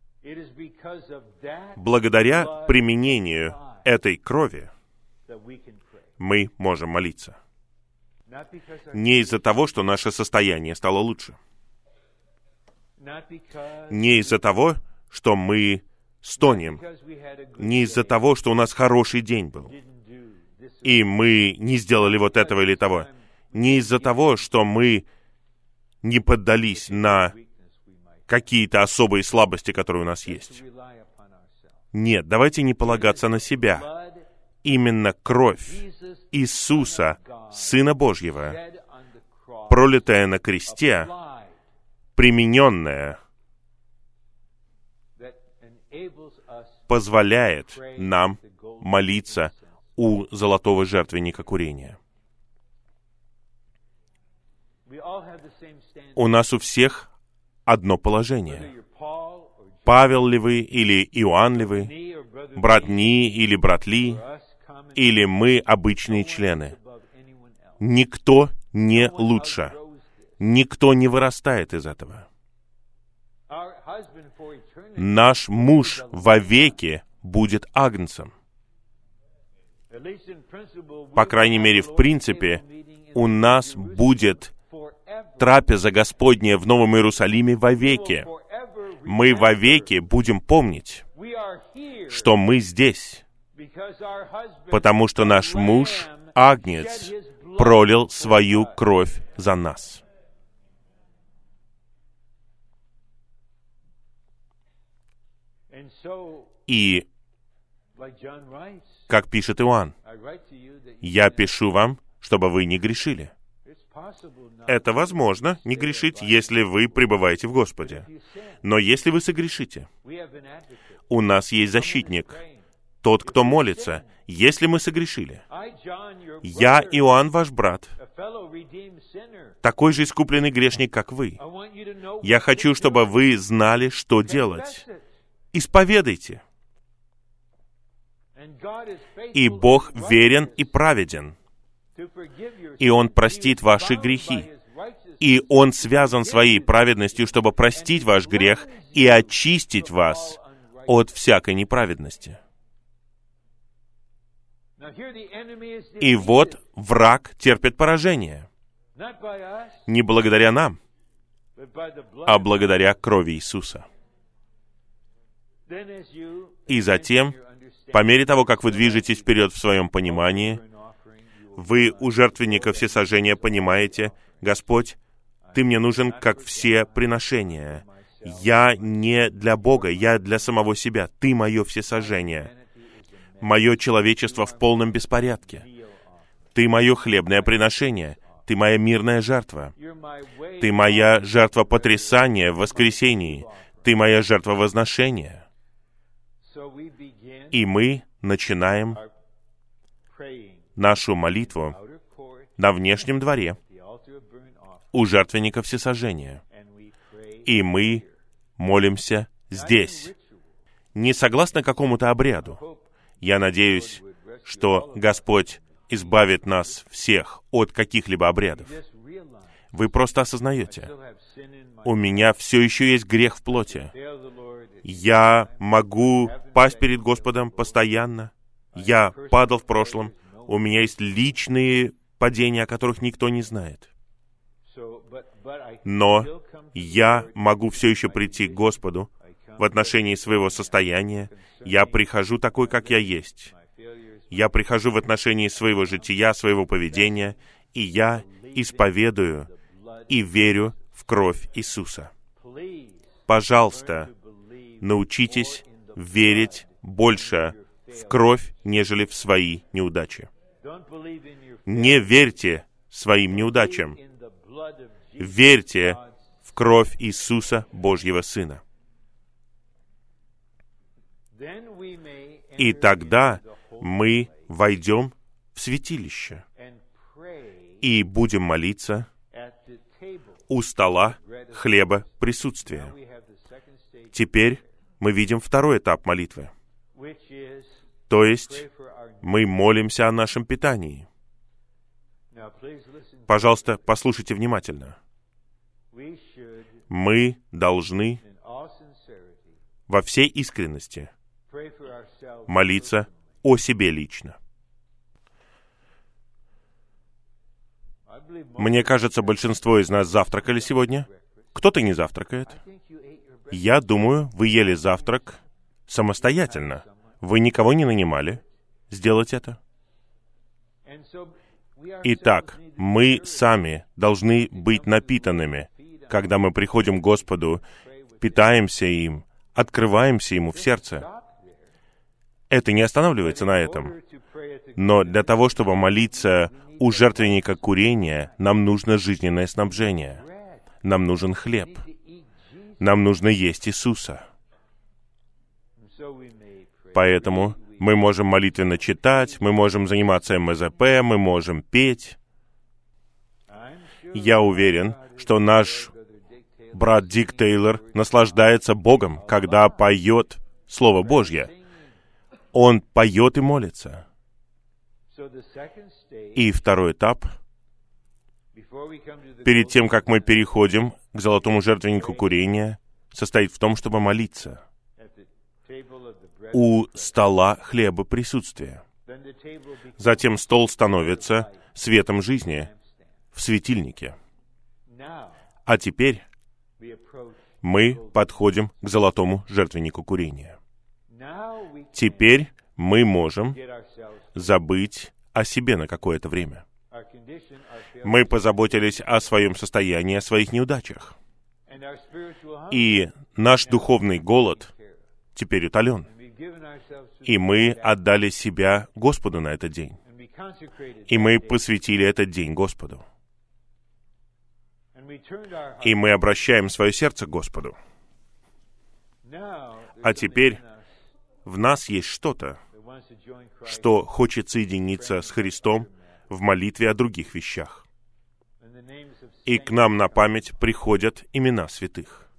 Благодаря применению этой крови мы можем молиться. Не из-за того, что наше состояние стало лучше. Не из-за того, что мы стонем, не из-за того, что у нас хороший день был, и мы не сделали вот этого или того, не из-за того, что мы не поддались на какие-то особые слабости, которые у нас есть. Нет, давайте не полагаться на себя. Именно кровь Иисуса, Сына Божьего, пролитая на кресте, примененная, позволяет нам молиться у золотого жертвенника курения. У нас у всех одно положение. Павел ли вы, или Иоанн ли вы, брат Ни или брат Ли, или мы обычные члены. Никто не лучше. Никто не вырастает из этого. Наш муж вовеки будет агнцем. По крайней мере, в принципе, у нас будет трапеза Господня в Новом Иерусалиме вовеки. Мы вовеки будем помнить, что мы здесь, потому что наш муж, агнец, пролил свою кровь за нас. И, как пишет Иоанн, «Я пишу вам, чтобы вы не грешили». Это возможно, не грешить, если вы пребываете в Господе. Но если вы согрешите, у нас есть защитник, тот, кто молится, если мы согрешили. Я, Иоанн, ваш брат, такой же искупленный грешник, как вы. Я хочу, чтобы вы знали, что делать. Исповедайте. И Бог верен и праведен. И Он простит ваши грехи. И Он связан своей праведностью, чтобы простить ваш грех и очистить вас от всякой неправедности. И вот враг терпит поражение. Не благодаря нам, а благодаря крови Иисуса. И затем, по мере того, как вы движетесь вперед в своем понимании, вы у жертвенника всесожжения понимаете: Господь, Ты мне нужен, как все приношения. Я не для Бога, я для самого себя. Ты мое всесожжение. Мое человечество в полном беспорядке. Ты мое хлебное приношение. Ты моя мирная жертва. Ты моя жертва потрясания в воскресении. Ты моя жертва возношения. И мы начинаем нашу молитву на внешнем дворе у жертвенника всесожжения. И мы молимся здесь, не согласно какому-то обряду. Я надеюсь, что Господь избавит нас всех от каких-либо обрядов. Вы просто осознаете: у меня все еще есть грех в плоти. Я могу пасть перед Господом постоянно. Я падал в прошлом. У меня есть личные падения, о которых никто не знает. Но я могу все еще прийти к Господу в отношении своего состояния. Я прихожу такой, как я есть. Я прихожу в отношении своего жития, своего поведения, и я исповедую и верю в кровь Иисуса. Пожалуйста, научитесь верить больше в кровь, нежели в свои неудачи. Не верьте своим неудачам. Верьте в кровь Иисуса, Божьего Сына. И тогда мы войдем в святилище и будем молиться у стола хлеба присутствия. Теперь мы видим второй этап молитвы. То есть мы молимся о нашем питании. Пожалуйста, послушайте внимательно. Мы должны во всей искренности молиться о себе лично. Мне кажется, большинство из нас завтракали сегодня. Кто-то не завтракает. Я думаю, вы ели завтрак самостоятельно. Вы никого не нанимали сделать это. Итак, мы сами должны быть напитанными, когда мы приходим к Господу, питаемся им, открываемся Ему в сердце. Это не останавливается на этом. Но для того, чтобы молиться у жертвенника курения, нам нужно жизненное снабжение. Нам нужен хлеб. Нам нужно есть Иисуса. Поэтому мы можем молитвенно читать, мы можем заниматься эм зэ пэ, мы можем петь. Я уверен, что наш брат Дик Тейлор наслаждается Богом, когда поет Слово Божье. Он поет и молится. И второй этап, перед тем, как мы переходим к золотому жертвеннику курения, состоит в том, чтобы молиться у стола хлеба присутствия. Затем стол становится светом жизни в светильнике. А теперь мы подходим к золотому жертвеннику курения. Теперь мы можем забыть о себе на какое-то время. Мы позаботились о своем состоянии, о своих неудачах. И наш духовный голод теперь утолен. И мы отдали себя Господу на этот день. И мы посвятили этот день Господу. И мы обращаем свое сердце к Господу. А теперь в нас есть что-то, что хочет соединиться с Христом в молитве о других вещах. И к нам на память приходят имена святых.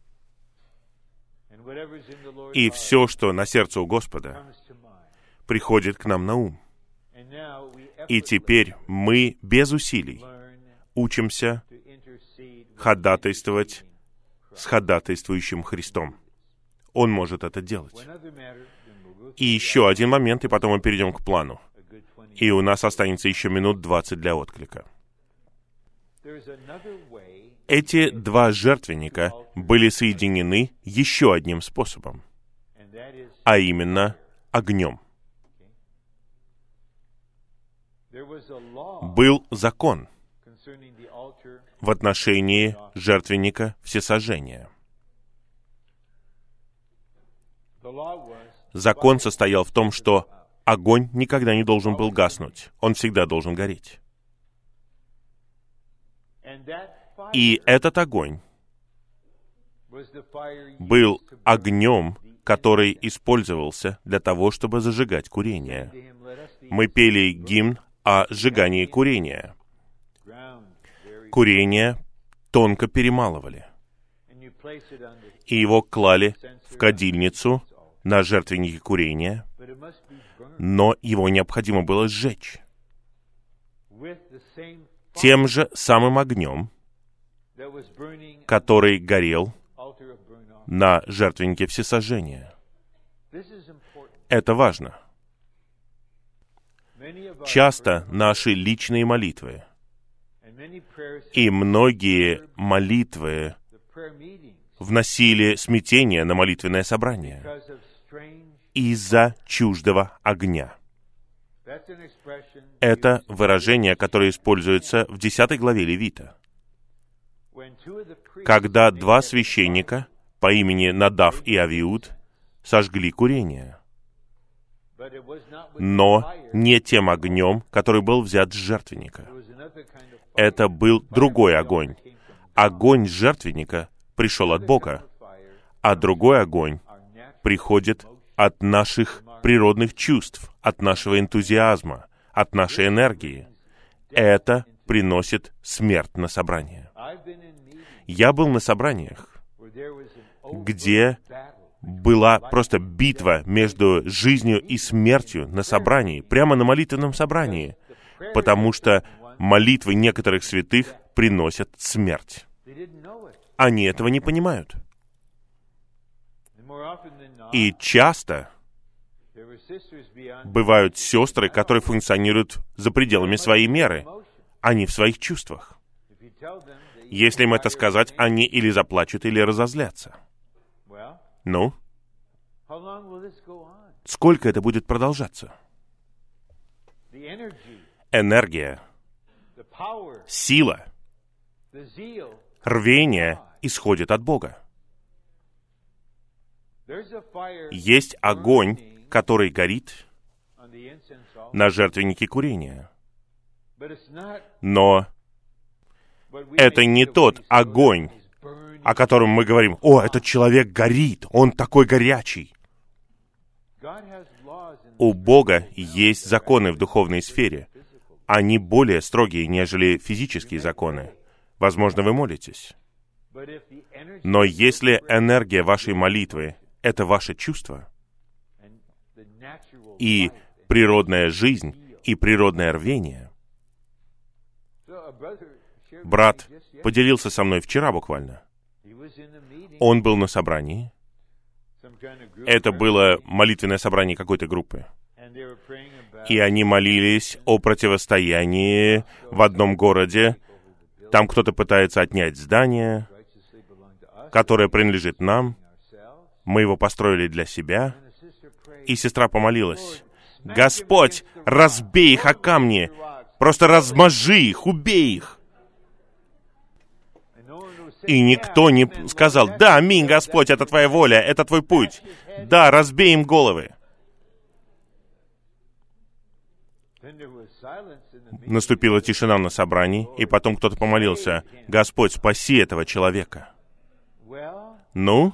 И все, что на сердце у Господа, приходит к нам на ум. И теперь мы без усилий учимся ходатайствовать с ходатайствующим Христом. Он может это делать. И еще один момент, и потом мы перейдем к плану. И у нас останется еще минут двадцать для отклика. Эти два жертвенника были соединены еще одним способом, а именно огнем. Был закон в отношении жертвенника всесожжения. Закон состоял в том, что огонь никогда не должен был гаснуть. Он всегда должен гореть. И этот огонь был огнем, который использовался для того, чтобы зажигать курение. Мы пели гимн о сжигании курения. Курение тонко перемалывали. И его клали в кадильницу на жертвеннике курения, но его необходимо было сжечь тем же самым огнем, который горел на жертвеннике всесожжения. Это важно. Часто наши личные молитвы и многие молитвы вносили смятение на молитвенное собрание из-за чуждого огня. Это выражение, которое используется в десятой главе Левита. Когда два священника по имени Надав и Авиуд сожгли курение, но не тем огнем, который был взят с жертвенника. Это был другой огонь. Огонь с жертвенника пришел от Бога, а другой огонь приходит от наших природных чувств, от нашего энтузиазма, от нашей энергии. Это приносит смерть на собрание. Я был на собраниях, где была просто битва между жизнью и смертью на собрании, прямо на молитвенном собрании, потому что молитвы некоторых святых приносят смерть. Они этого не понимают. И часто бывают сестры, которые функционируют за пределами своей меры. Они в своих чувствах. Если им это сказать, они или заплачут, или разозлятся. Ну? Сколько это будет продолжаться? Энергия, сила, рвение исходит от Бога. Есть огонь, который горит на жертвеннике курения. Но это не тот огонь, о котором мы говорим: «О, этот человек горит, он такой горячий». У Бога есть законы в духовной сфере. Они более строгие, нежели физические законы. Возможно, вы молитесь. Но если энергия вашей молитвы — это ваше чувство, и природная жизнь, и природное рвение. Брат поделился со мной вчера буквально. Он был на собрании. Это было молитвенное собрание какой-то группы. И они молились о противостоянии в одном городе. Там кто-то пытается отнять здание, которое принадлежит нам. Мы его построили для себя. И сестра помолилась: «Господь, разбей их о камни! Просто размажи их, убей их!» И никто не сказал: «Да, аминь, Господь, это Твоя воля, это Твой путь. Да, разбей им головы». Наступила тишина на собрании, и потом кто-то помолился: «Господь, спаси этого человека». Ну,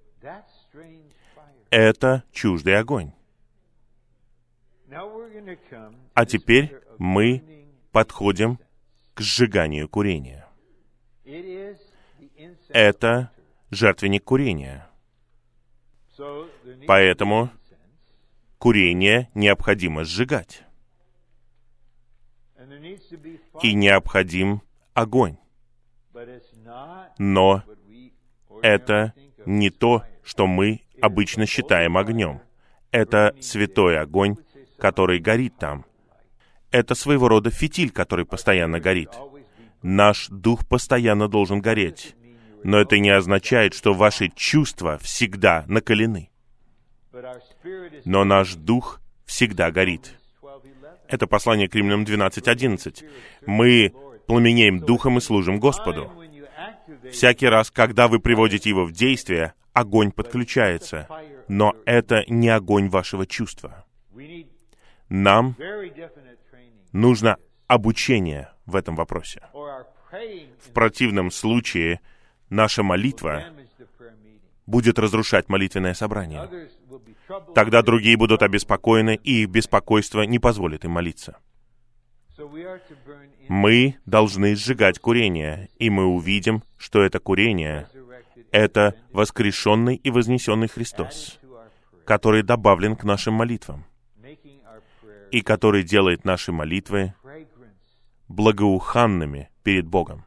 это чуждый огонь. А теперь мы подходим к сжиганию курения. Это жертвенник курения. Поэтому курение необходимо сжигать. И необходим огонь. Но это не то, что мы обычно считаем огнем. Это святой огонь, который горит там. Это своего рода фитиль, который постоянно горит. Наш дух постоянно должен гореть. Но это не означает, что ваши чувства всегда накалены. Но наш дух всегда горит. Это послание к Римлянам двенадцать одиннадцать. Мы пламенеем духом и служим Господу. Всякий раз, когда вы приводите его в действие, огонь подключается. Но это не огонь вашего чувства. Нам нужно обучение в этом вопросе. В противном случае наша молитва будет разрушать молитвенное собрание. Тогда другие будут обеспокоены, и их беспокойство не позволит им молиться. Мы должны сжигать курение, и мы увидим, что это курение — это воскрешенный и вознесенный Христос, который добавлен к нашим молитвам, и который делает наши молитвы благоуханными перед Богом.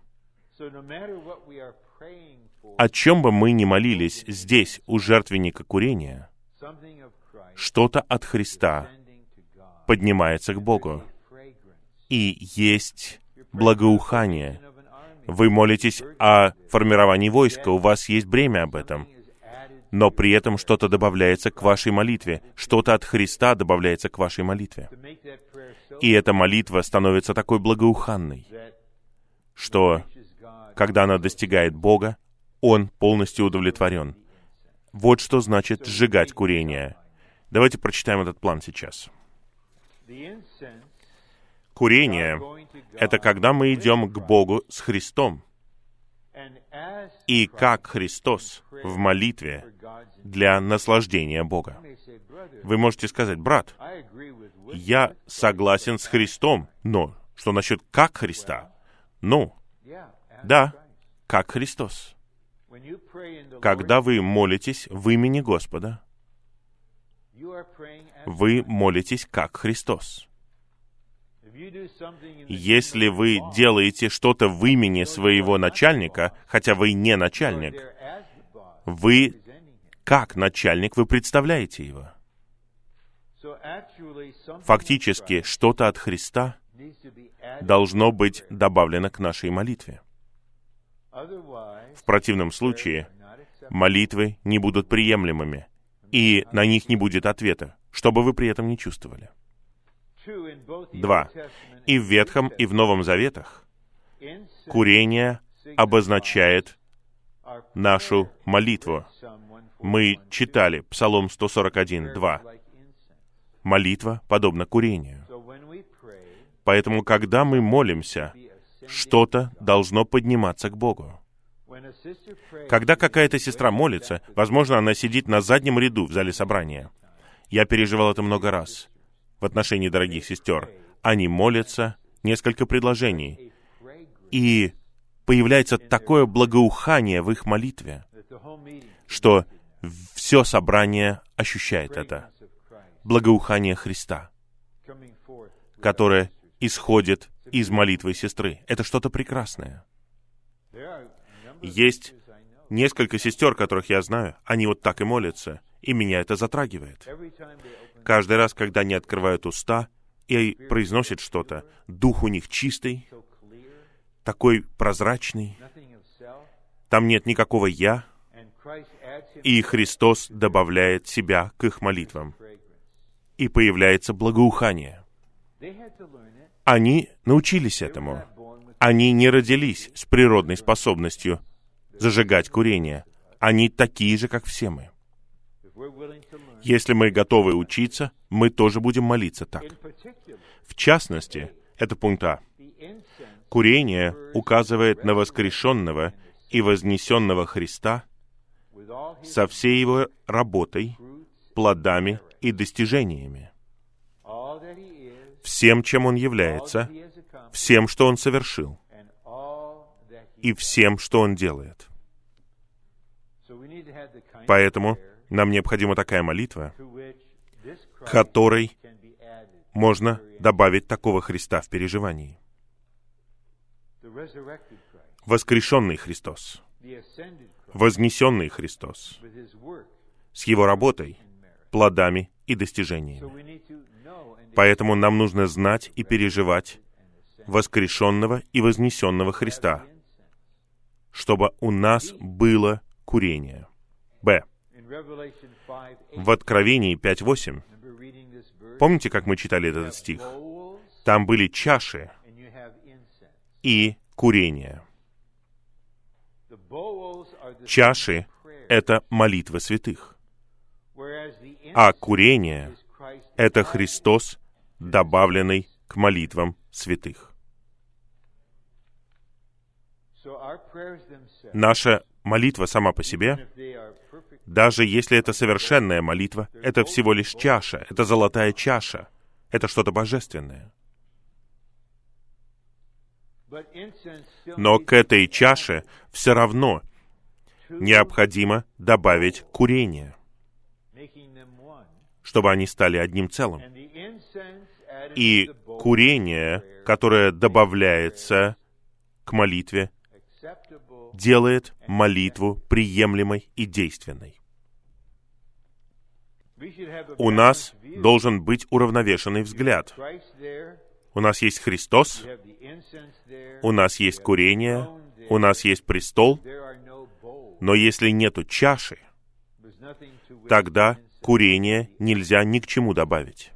О чем бы мы ни молились здесь, у жертвенника курения, что-то от Христа поднимается к Богу. И есть благоухание. Вы молитесь о формировании войска, у вас есть бремя об этом. Но при этом что-то добавляется к вашей молитве. Что-то от Христа добавляется к вашей молитве. И эта молитва становится такой благоуханной, что, когда она достигает Бога, Он полностью удовлетворен. Вот что значит сжигать курение. Давайте прочитаем этот план сейчас. Курение — это когда мы идем к Богу с Христом. И как Христос в молитве для наслаждения Бога. Вы можете сказать: «Брат, я согласен с Христом, но что насчет как Христа?» Ну, да, как Христос. Когда вы молитесь в имени Господа, вы молитесь как Христос. Если вы делаете что-то в имени своего начальника, хотя вы не начальник, вы, как начальник, вы представляете его. Фактически, что-то от Христа должно быть добавлено к нашей молитве. В противном случае молитвы не будут приемлемыми, и на них не будет ответа, что бы вы при этом не чувствовали. Два. И в Ветхом, и в Новом Заветах курение обозначает нашу молитву. Мы читали Псалом сто сорок один, два. Молитва подобна курению. Поэтому, когда мы молимся, что-то должно подниматься к Богу. Когда какая-то сестра молится, возможно, она сидит на заднем ряду в зале собрания. Я переживал это много раз в отношении дорогих сестер. Они молятся, несколько предложений, и появляется такое благоухание в их молитве, что все собрание ощущает это. Благоухание Христа, которое исходит из молитвы сестры. Это что-то прекрасное. Есть несколько сестер, которых я знаю, они вот так и молятся, и меня это затрагивает. Каждый раз, когда они открывают уста и произносят что-то, дух у них чистый, такой прозрачный, там нет никакого «я», и Христос добавляет себя к их молитвам, и появляется благоухание. Они научились этому. Они не родились с природной способностью зажигать курение. Они такие же, как все мы. Если мы готовы учиться, мы тоже будем молиться так. В частности, это пункт А. Курение указывает на воскрешенного и вознесенного Христа со всей его работой, плодами и достижениями. Всем, чем он является, всем, что он совершил, и всем, что он делает. Поэтому нам необходима такая молитва, которой можно добавить такого Христа в переживании. Воскрешенный Христос, вознесенный Христос, с Его работой, плодами и достижениями. Поэтому нам нужно знать и переживать воскрешенного и вознесенного Христа, чтобы у нас было курение. Б. В Откровении пять восемь, помните, как мы читали этот стих? Там были чаши и курение. Чаши — это молитва святых, а курение — это Христос, добавленный к молитвам святых. Наша молитва сама по себе, даже если это совершенная молитва, это всего лишь чаша, это золотая чаша, это что-то божественное. Но к этой чаше все равно необходимо добавить курение, чтобы они стали одним целым. И курение, которое добавляется к молитве, делает молитву приемлемой и действенной. У нас должен быть уравновешенный взгляд. У нас есть Христос, у нас есть курение, у нас есть престол, но если нету чаши, тогда курение нельзя ни к чему добавить.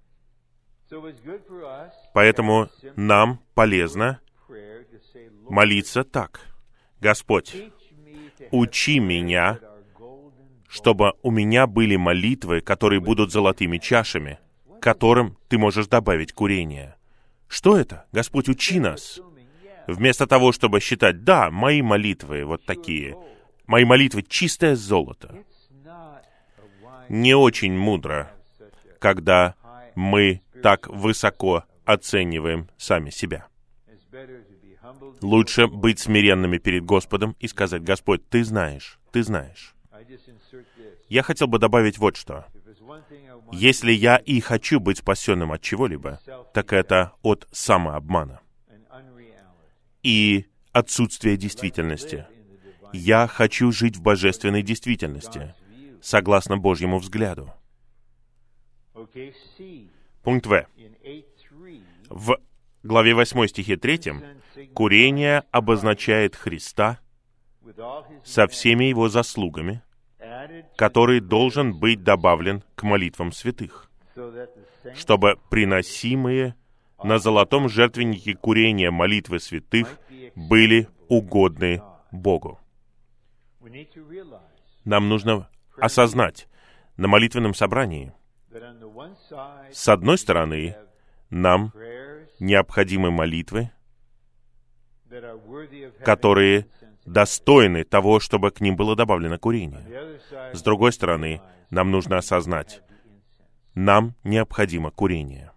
Поэтому нам полезно молиться так: «Господь, учи меня, чтобы у меня были молитвы, которые будут золотыми чашами, к которым Ты можешь добавить курение». Что это? Господь, учи нас. Вместо того, чтобы считать, да, мои молитвы вот такие, мои молитвы чистое золото. Не очень мудро, когда мы так высоко оцениваем сами себя. Лучше быть смиренными перед Господом и сказать: «Господь, Ты знаешь, Ты знаешь». Я хотел бы добавить вот что. Если я и хочу быть спасенным от чего-либо, так это от самообмана и отсутствия действительности. Я хочу жить в божественной действительности, согласно Божьему взгляду. Пункт В. В главе восьмой стихе третьем, курение обозначает Христа со всеми Его заслугами, который должен быть добавлен к молитвам святых, чтобы приносимые на золотом жертвеннике курения молитвы святых были угодны Богу. Нам нужно осознать на молитвенном собрании, с одной стороны, нам необходимы молитвы, которые достойны того, чтобы к ним было добавлено курение. С другой стороны, нам нужно осознать, нам необходимо курение.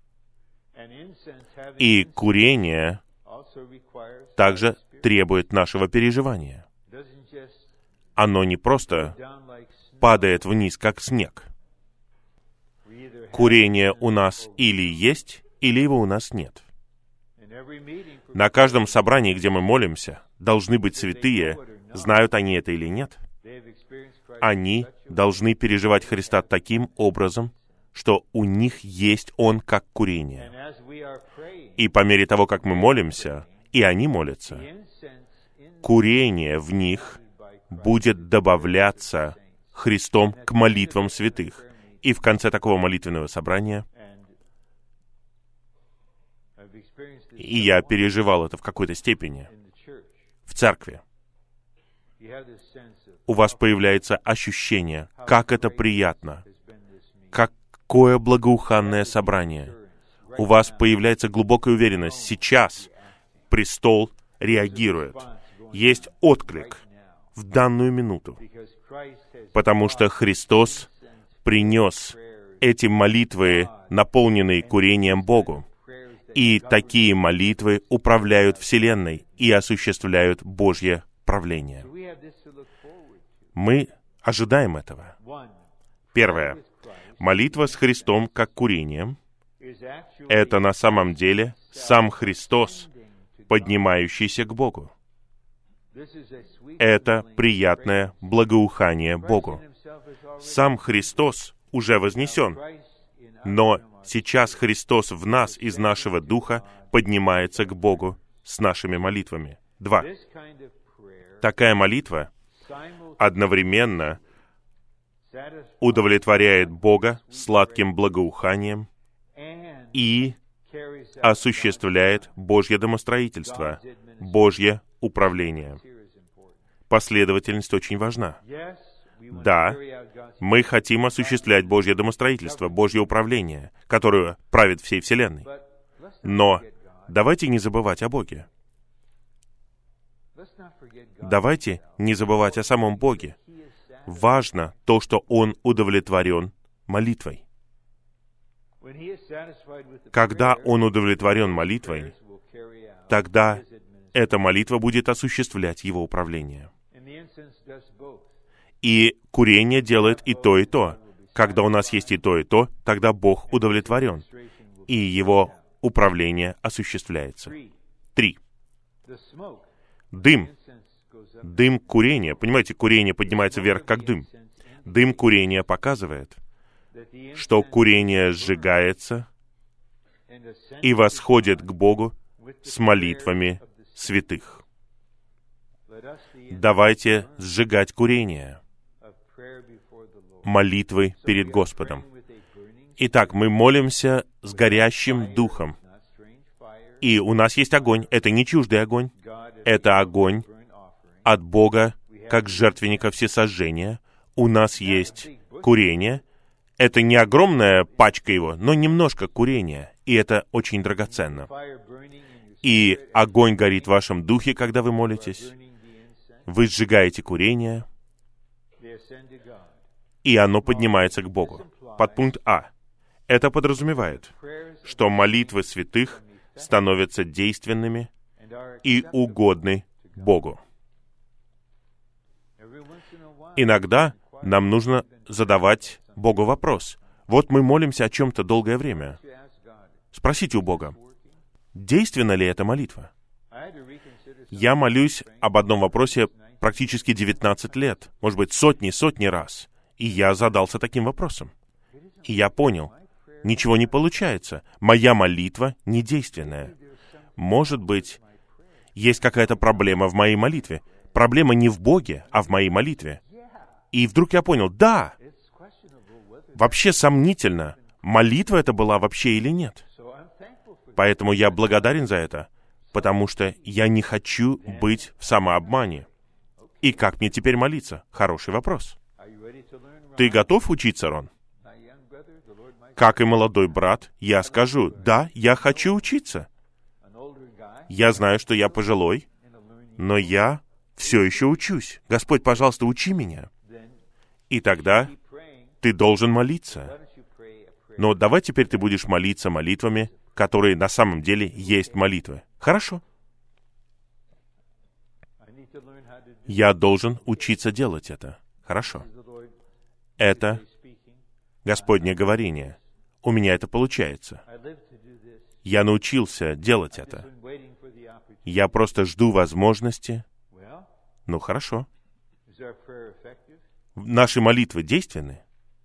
И курение также требует нашего переживания. Оно не просто падает вниз, как снег. Курение у нас или есть, или его у нас нет. На каждом собрании, где мы молимся, должны быть святые, знают они это или нет. Они должны переживать Христа таким образом, что у них есть Он как курение. И по мере того, как мы молимся, и они молятся, курение в них будет добавляться Христом к молитвам святых. И в конце такого молитвенного собрания, и я переживал это в какой-то степени, в церкви, у вас появляется ощущение, как это приятно, какое благоуханное собрание. У вас появляется глубокая уверенность. Сейчас престол реагирует. Есть отклик в данную минуту, потому что Христос принес эти молитвы, наполненные курением Богу. И такие молитвы управляют Вселенной и осуществляют Божье правление. Мы ожидаем этого. Первое. Молитва с Христом как курением — это на самом деле сам Христос, поднимающийся к Богу. Это приятное благоухание Богу. Сам Христос уже вознесен, но сейчас Христос в нас из нашего духа поднимается к Богу с нашими молитвами. Два. Такая молитва одновременно удовлетворяет Бога сладким благоуханием и осуществляет Божье домостроительство, Божье управление. Последовательность очень важна. Да, мы хотим осуществлять Божье домостроительство, Божье управление, которое правит всей Вселенной. Но давайте не забывать о Боге. Давайте не забывать о самом Боге. Важно то, что Он удовлетворен молитвой. Когда Он удовлетворен молитвой, тогда эта молитва будет осуществлять Его управление. И курение делает и то, и то. Когда у нас есть и то, и то, тогда Бог удовлетворен, и Его управление осуществляется. Три. Дым. Дым курения. Понимаете, курение поднимается вверх, как дым. Дым курения показывает, что курение сжигается и восходит к Богу с молитвами святых. Давайте сжигать курение, молитвы перед Господом. Итак, мы молимся с горящим духом. И у нас есть огонь. Это не чуждый огонь. Это огонь от Бога, как жертвенника всесожжения. У нас есть курение. Это не огромная пачка его, но немножко курения. И это очень драгоценно. И огонь горит в вашем духе, когда вы молитесь. Вы сжигаете курение, и оно поднимается к Богу. Подпункт А. Это подразумевает, что молитвы святых становятся действенными и угодны Богу. Иногда нам нужно задавать Богу вопрос. Вот мы молимся о чем-то долгое время. Спросите у Бога, действенна ли эта молитва? Я молюсь об одном вопросе практически девятнадцать лет, может быть, сотни, сотни раз. И я задался таким вопросом. И я понял, ничего не получается. Моя молитва недейственная. Может быть, есть какая-то проблема в моей молитве. Проблема не в Боге, а в моей молитве. И вдруг я понял, да, вообще сомнительно, молитва это была вообще или нет. Поэтому я благодарен за это, потому что я не хочу быть в самообмане. И как мне теперь молиться? Хороший вопрос. Ты готов учиться, Рон? Как и молодой брат, я скажу, да, я хочу учиться. Я знаю, что я пожилой, но я все еще учусь. Господь, пожалуйста, учи меня. И тогда ты должен молиться. Но давай теперь ты будешь молиться молитвами, которые на самом деле есть молитвы. Хорошо. Я должен учиться делать это. Хорошо. Это Господне говорение. У меня это получается. Я научился делать это. Я просто жду возможности. Ну, хорошо. Наши молитвы действенны?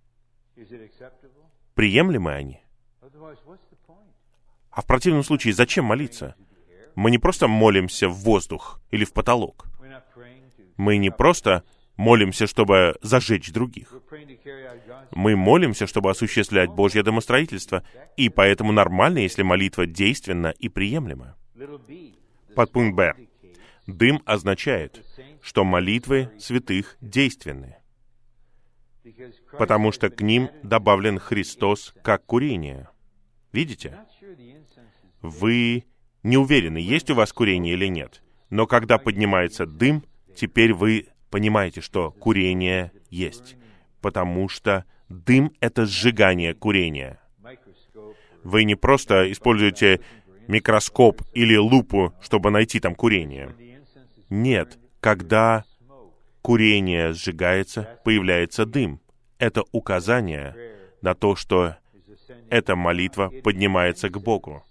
Приемлемы они? А в противном случае зачем молиться? Мы не просто молимся в воздух или в потолок. Мы не просто молимся, чтобы зажечь других. Мы молимся, чтобы осуществлять Божье домостроительство, и поэтому нормально, если молитва действенна и приемлема. Подпункт Б. Дым означает, что молитвы святых действенны, потому что к ним добавлен Христос как курение. Видите? Вы не уверены, есть у вас курение или нет, но когда поднимается дым, теперь вы понимаете, что курение есть, потому что дым — это сжигание курения. Вы не просто используете микроскоп или лупу, чтобы найти там курение. Нет, когда курение сжигается, появляется дым. Это указание на то, что эта молитва поднимается к Богу.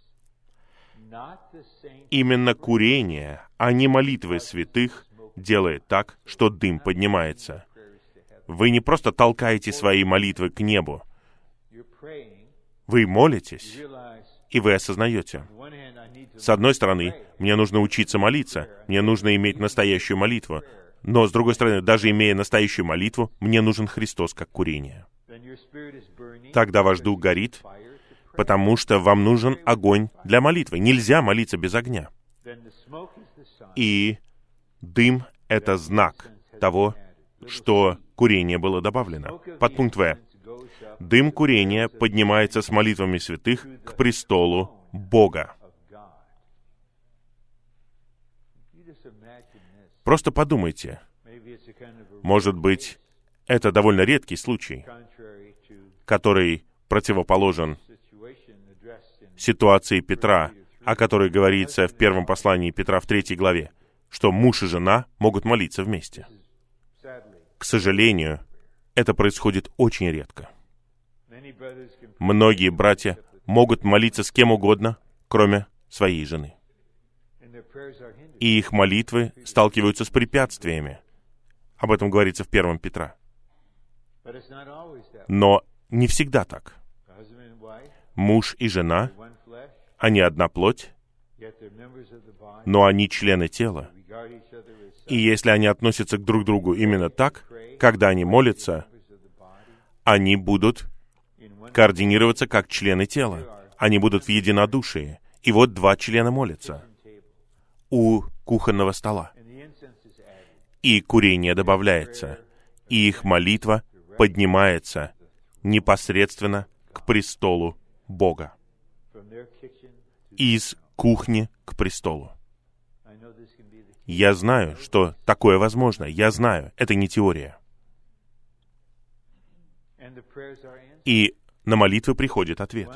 Именно курение, а не молитвы святых, делает так, что дым поднимается. Вы не просто толкаете свои молитвы к небу. Вы молитесь, и вы осознаете. С одной стороны, мне нужно учиться молиться, мне нужно иметь настоящую молитву. Но, с другой стороны, даже имея настоящую молитву, мне нужен Христос как курение. Тогда ваш дух горит, потому что вам нужен огонь для молитвы. Нельзя молиться без огня. И дым — это знак того, что курение было добавлено. Подпункт В. Дым курения поднимается с молитвами святых к престолу Бога. Просто подумайте. Может быть, это довольно редкий случай, который противоположен ситуации Петра, о которой говорится в первом послании Петра в третьей главе, что муж и жена могут молиться вместе. К сожалению, это происходит очень редко. Многие братья могут молиться с кем угодно, кроме своей жены. И их молитвы сталкиваются с препятствиями. Об этом говорится в первом Петра. Но не всегда так. Муж и жена, они одна плоть, но они члены тела. И если они относятся к друг другу именно так, когда они молятся, они будут координироваться как члены тела. Они будут в единодушии. И вот два члена молятся у кухонного стола. И курение добавляется. И их молитва поднимается непосредственно к престолу Бога. Из кухни к престолу. Я знаю, что такое возможно. Я знаю, это не теория. И на молитвы приходит ответ.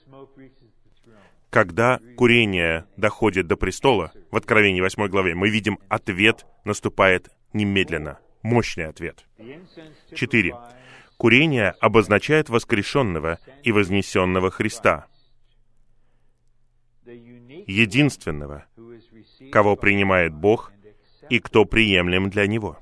Когда курение доходит до престола, в Откровении восьмой главе, мы видим, ответ наступает немедленно. Мощный ответ. Четыре. Курение обозначает воскрешенного и вознесенного Христа, единственного, кого принимает Бог и кто приемлем для Него.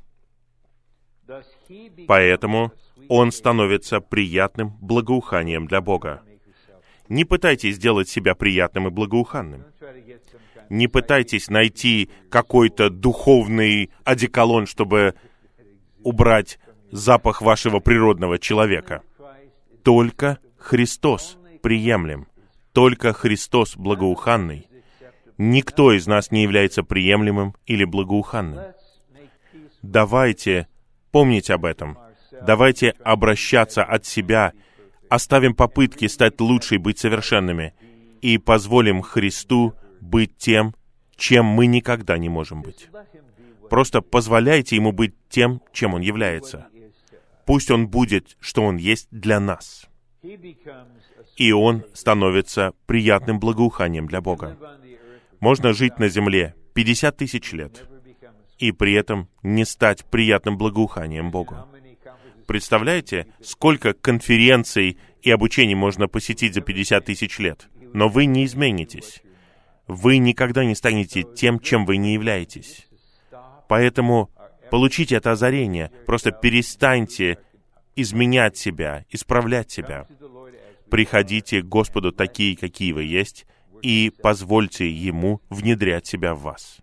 Поэтому Он становится приятным благоуханием для Бога. Не пытайтесь сделать себя приятным и благоуханным. Не пытайтесь найти какой-то духовный одеколон, чтобы убрать запах вашего природного человека. Только Христос приемлем. Только Христос благоуханный. Никто из нас не является приемлемым или благоуханным. Давайте помнить об этом. Давайте обращаться от себя, оставим попытки стать лучше и быть совершенными, и позволим Христу быть тем, чем мы никогда не можем быть. Просто позволяйте Ему быть тем, чем Он является. Пусть Он будет, что Он есть для нас. И Он становится приятным благоуханием для Бога. Можно жить на земле пятьдесят тысяч лет, и при этом не стать приятным благоуханием Богу. Представляете, сколько конференций и обучений можно посетить за пятьдесят тысяч лет? Но вы не изменитесь. Вы никогда не станете тем, чем вы не являетесь. Поэтому получите это озарение. Просто перестаньте изменять себя, исправлять себя. Приходите к Господу такие, какие вы есть, и позвольте Ему внедрять себя в вас.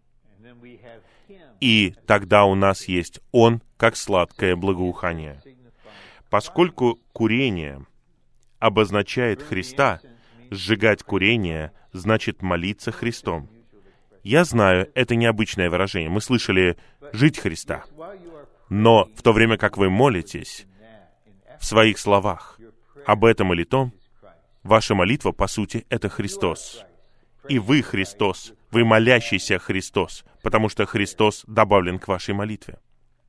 И тогда у нас есть Он, как сладкое благоухание. Поскольку курение обозначает Христа, сжигать курение значит молиться Христом. Я знаю, это необычное выражение. Мы слышали «жить Христа». Но в то время как вы молитесь в своих словах об этом или том, ваша молитва, по сути, это Христос. И вы Христос, вы молящийся Христос, потому что Христос добавлен к вашей молитве.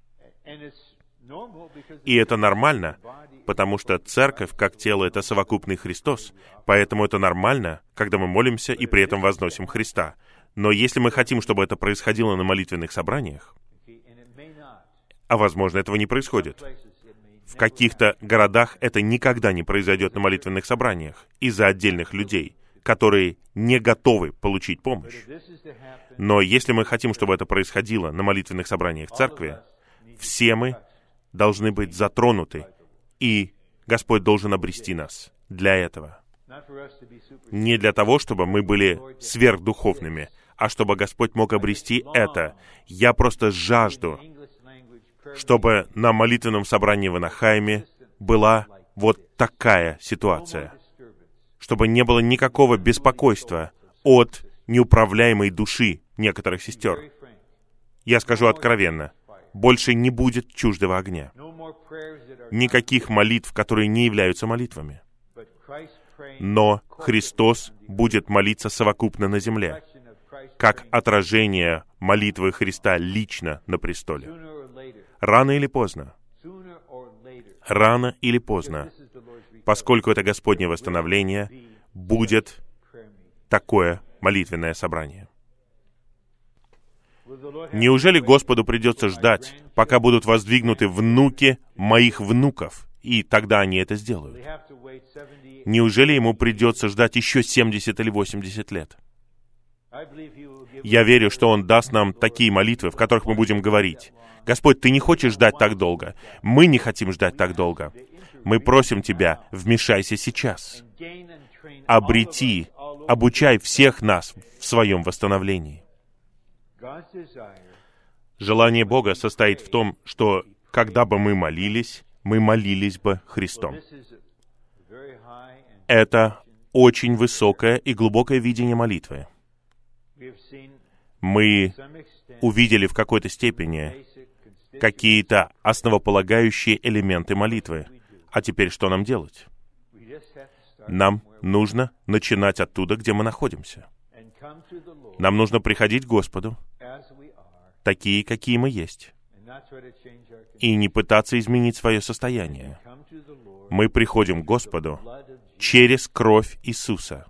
И это нормально, потому что церковь, как тело, это совокупный Христос. Поэтому это нормально, когда мы молимся и при этом возносим Христа. Но если мы хотим, чтобы это происходило на молитвенных собраниях, а возможно, этого не происходит, в каких-то городах это никогда не произойдет на молитвенных собраниях из-за отдельных людей, которые не готовы получить помощь. Но если мы хотим, чтобы это происходило на молитвенных собраниях церкви, все мы должны быть затронуты, и Господь должен обрести нас для этого. Не для того, чтобы мы были сверхдуховными, а чтобы Господь мог обрести это. Я просто жажду, чтобы на молитвенном собрании в Анахайме была вот такая ситуация. Чтобы не было никакого беспокойства от неуправляемой души некоторых сестер. Я скажу откровенно, больше не будет чуждого огня. Никаких молитв, которые не являются молитвами. Но Христос будет молиться совокупно на земле, как отражение молитвы Христа лично на престоле. Рано или поздно. Рано или поздно. Поскольку это Господне восстановление, будет такое молитвенное собрание. Неужели Господу придется ждать, пока будут воздвигнуты внуки моих внуков, и тогда они это сделают? Неужели Ему придется ждать еще семьдесят или восемьдесят лет? Я верю, что Он даст нам такие молитвы, в которых мы будем говорить: «Господь, Ты не хочешь ждать так долго. Мы не хотим ждать так долго. Мы просим Тебя, вмешайся сейчас. Обрети, обучай всех нас в Своем восстановлении». Желание Бога состоит в том, что, когда бы мы молились, мы молились бы Христом. Это очень высокое и глубокое видение молитвы. Мы увидели в какой-то степени какие-то основополагающие элементы молитвы. А теперь что нам делать? Нам нужно начинать оттуда, где мы находимся. Нам нужно приходить к Господу, такие, какие мы есть, и не пытаться изменить свое состояние. Мы приходим к Господу через кровь Иисуса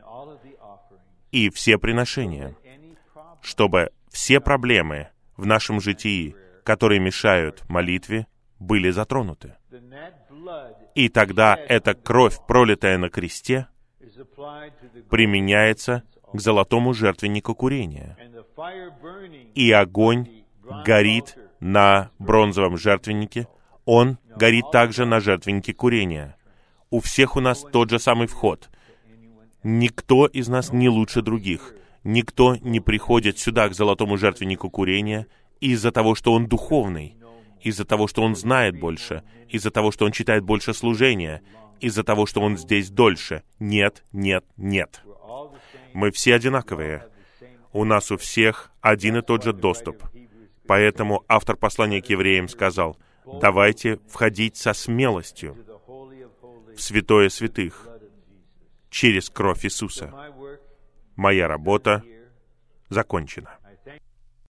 и все приношения, чтобы все проблемы в нашем житии, которые мешают молитве, были затронуты. И тогда эта кровь, пролитая на кресте, применяется к золотому жертвеннику курения. И огонь горит на бронзовом жертвеннике, он горит также на жертвеннике курения. У всех у нас тот же самый вход. Никто из нас не лучше других. Никто не приходит сюда, к золотому жертвеннику курения, из-за того, что он духовный, из-за того, что он знает больше, из-за того, что он читает больше служения, из-за того, что он здесь дольше. Нет, нет, нет. Мы все одинаковые. У нас у всех один и тот же доступ. Поэтому автор послания к евреям сказал: давайте входить со смелостью в святое святых через кровь Иисуса. Моя работа закончена.